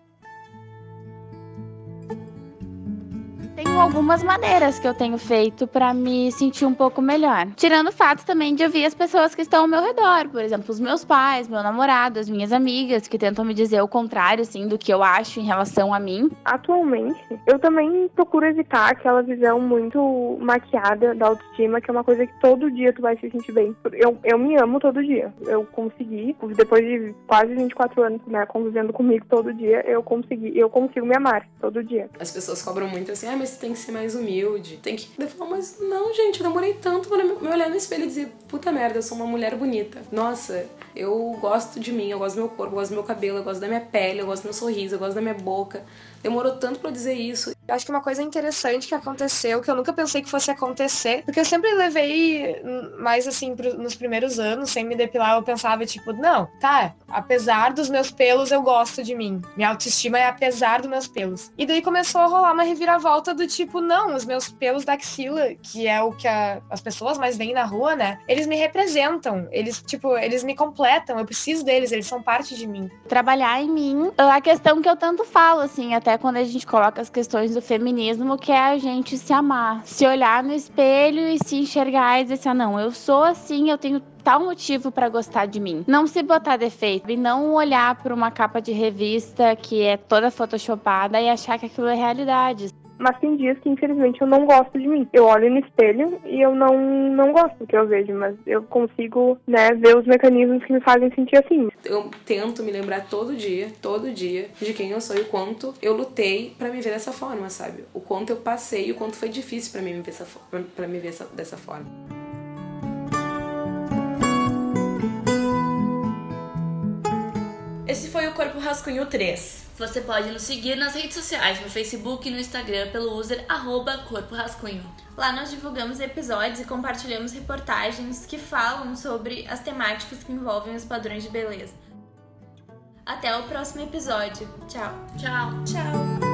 Tenho algumas maneiras que eu tenho feito pra me sentir um pouco melhor. Tirando o fato também de ouvir as pessoas que estão ao meu redor. Por exemplo, os meus pais, meu namorado, as minhas amigas, que tentam me dizer o contrário, assim, do que eu acho em relação a mim. Atualmente, eu também procuro evitar aquela visão muito maquiada da autoestima, que é uma coisa que todo dia tu vai se sentir bem. Eu me amo todo dia. Eu consegui, depois de quase 24 anos, né, convivendo comigo todo dia, eu consigo me amar todo dia. As pessoas cobram muito assim, mas você tem que ser mais humilde, tem que... Eu falo, mas não, gente, eu demorei tanto pra me olhar no espelho e dizer, puta merda, eu sou uma mulher bonita. Nossa, eu gosto de mim, eu gosto do meu corpo, eu gosto do meu cabelo, eu gosto da minha pele, eu gosto do meu sorriso, eu gosto da minha boca. Demorou tanto pra dizer isso. Eu acho que uma coisa interessante que aconteceu, que eu nunca pensei que fosse acontecer, porque eu sempre levei mais assim, nos primeiros anos, sem me depilar, eu pensava tipo, não, tá, apesar dos meus pelos, eu gosto de mim. Minha autoestima é apesar dos meus pelos. E daí começou a rolar uma reviravolta do tipo, não, os meus pelos da axila, que é o que as pessoas mais veem na rua, né, eles me representam, eles me completam, eu preciso deles, eles são parte de mim. Trabalhar em mim, a questão que eu tanto falo, assim, até até quando a gente coloca as questões do feminismo, que é a gente se amar, se olhar no espelho e se enxergar e dizer assim, não, eu sou assim, eu tenho tal motivo para gostar de mim. Não se botar defeito e não olhar para uma capa de revista que é toda photoshopada e achar que aquilo é realidade. Mas tem dias que, infelizmente, eu não gosto de mim. Eu olho no espelho e eu não gosto do que eu vejo, mas eu consigo, né, ver os mecanismos que me fazem sentir assim. Eu tento me lembrar todo dia, de quem eu sou e o quanto eu lutei pra me ver dessa forma, sabe? O quanto eu passei e o quanto foi difícil pra mim me ver dessa forma. Esse foi o Corpo Rascunho 3. Você pode nos seguir nas redes sociais, no Facebook e no Instagram, pelo user @Corpo Rascunho. Lá nós divulgamos episódios e compartilhamos reportagens que falam sobre as temáticas que envolvem os padrões de beleza. Até o próximo episódio. Tchau. Tchau. Tchau.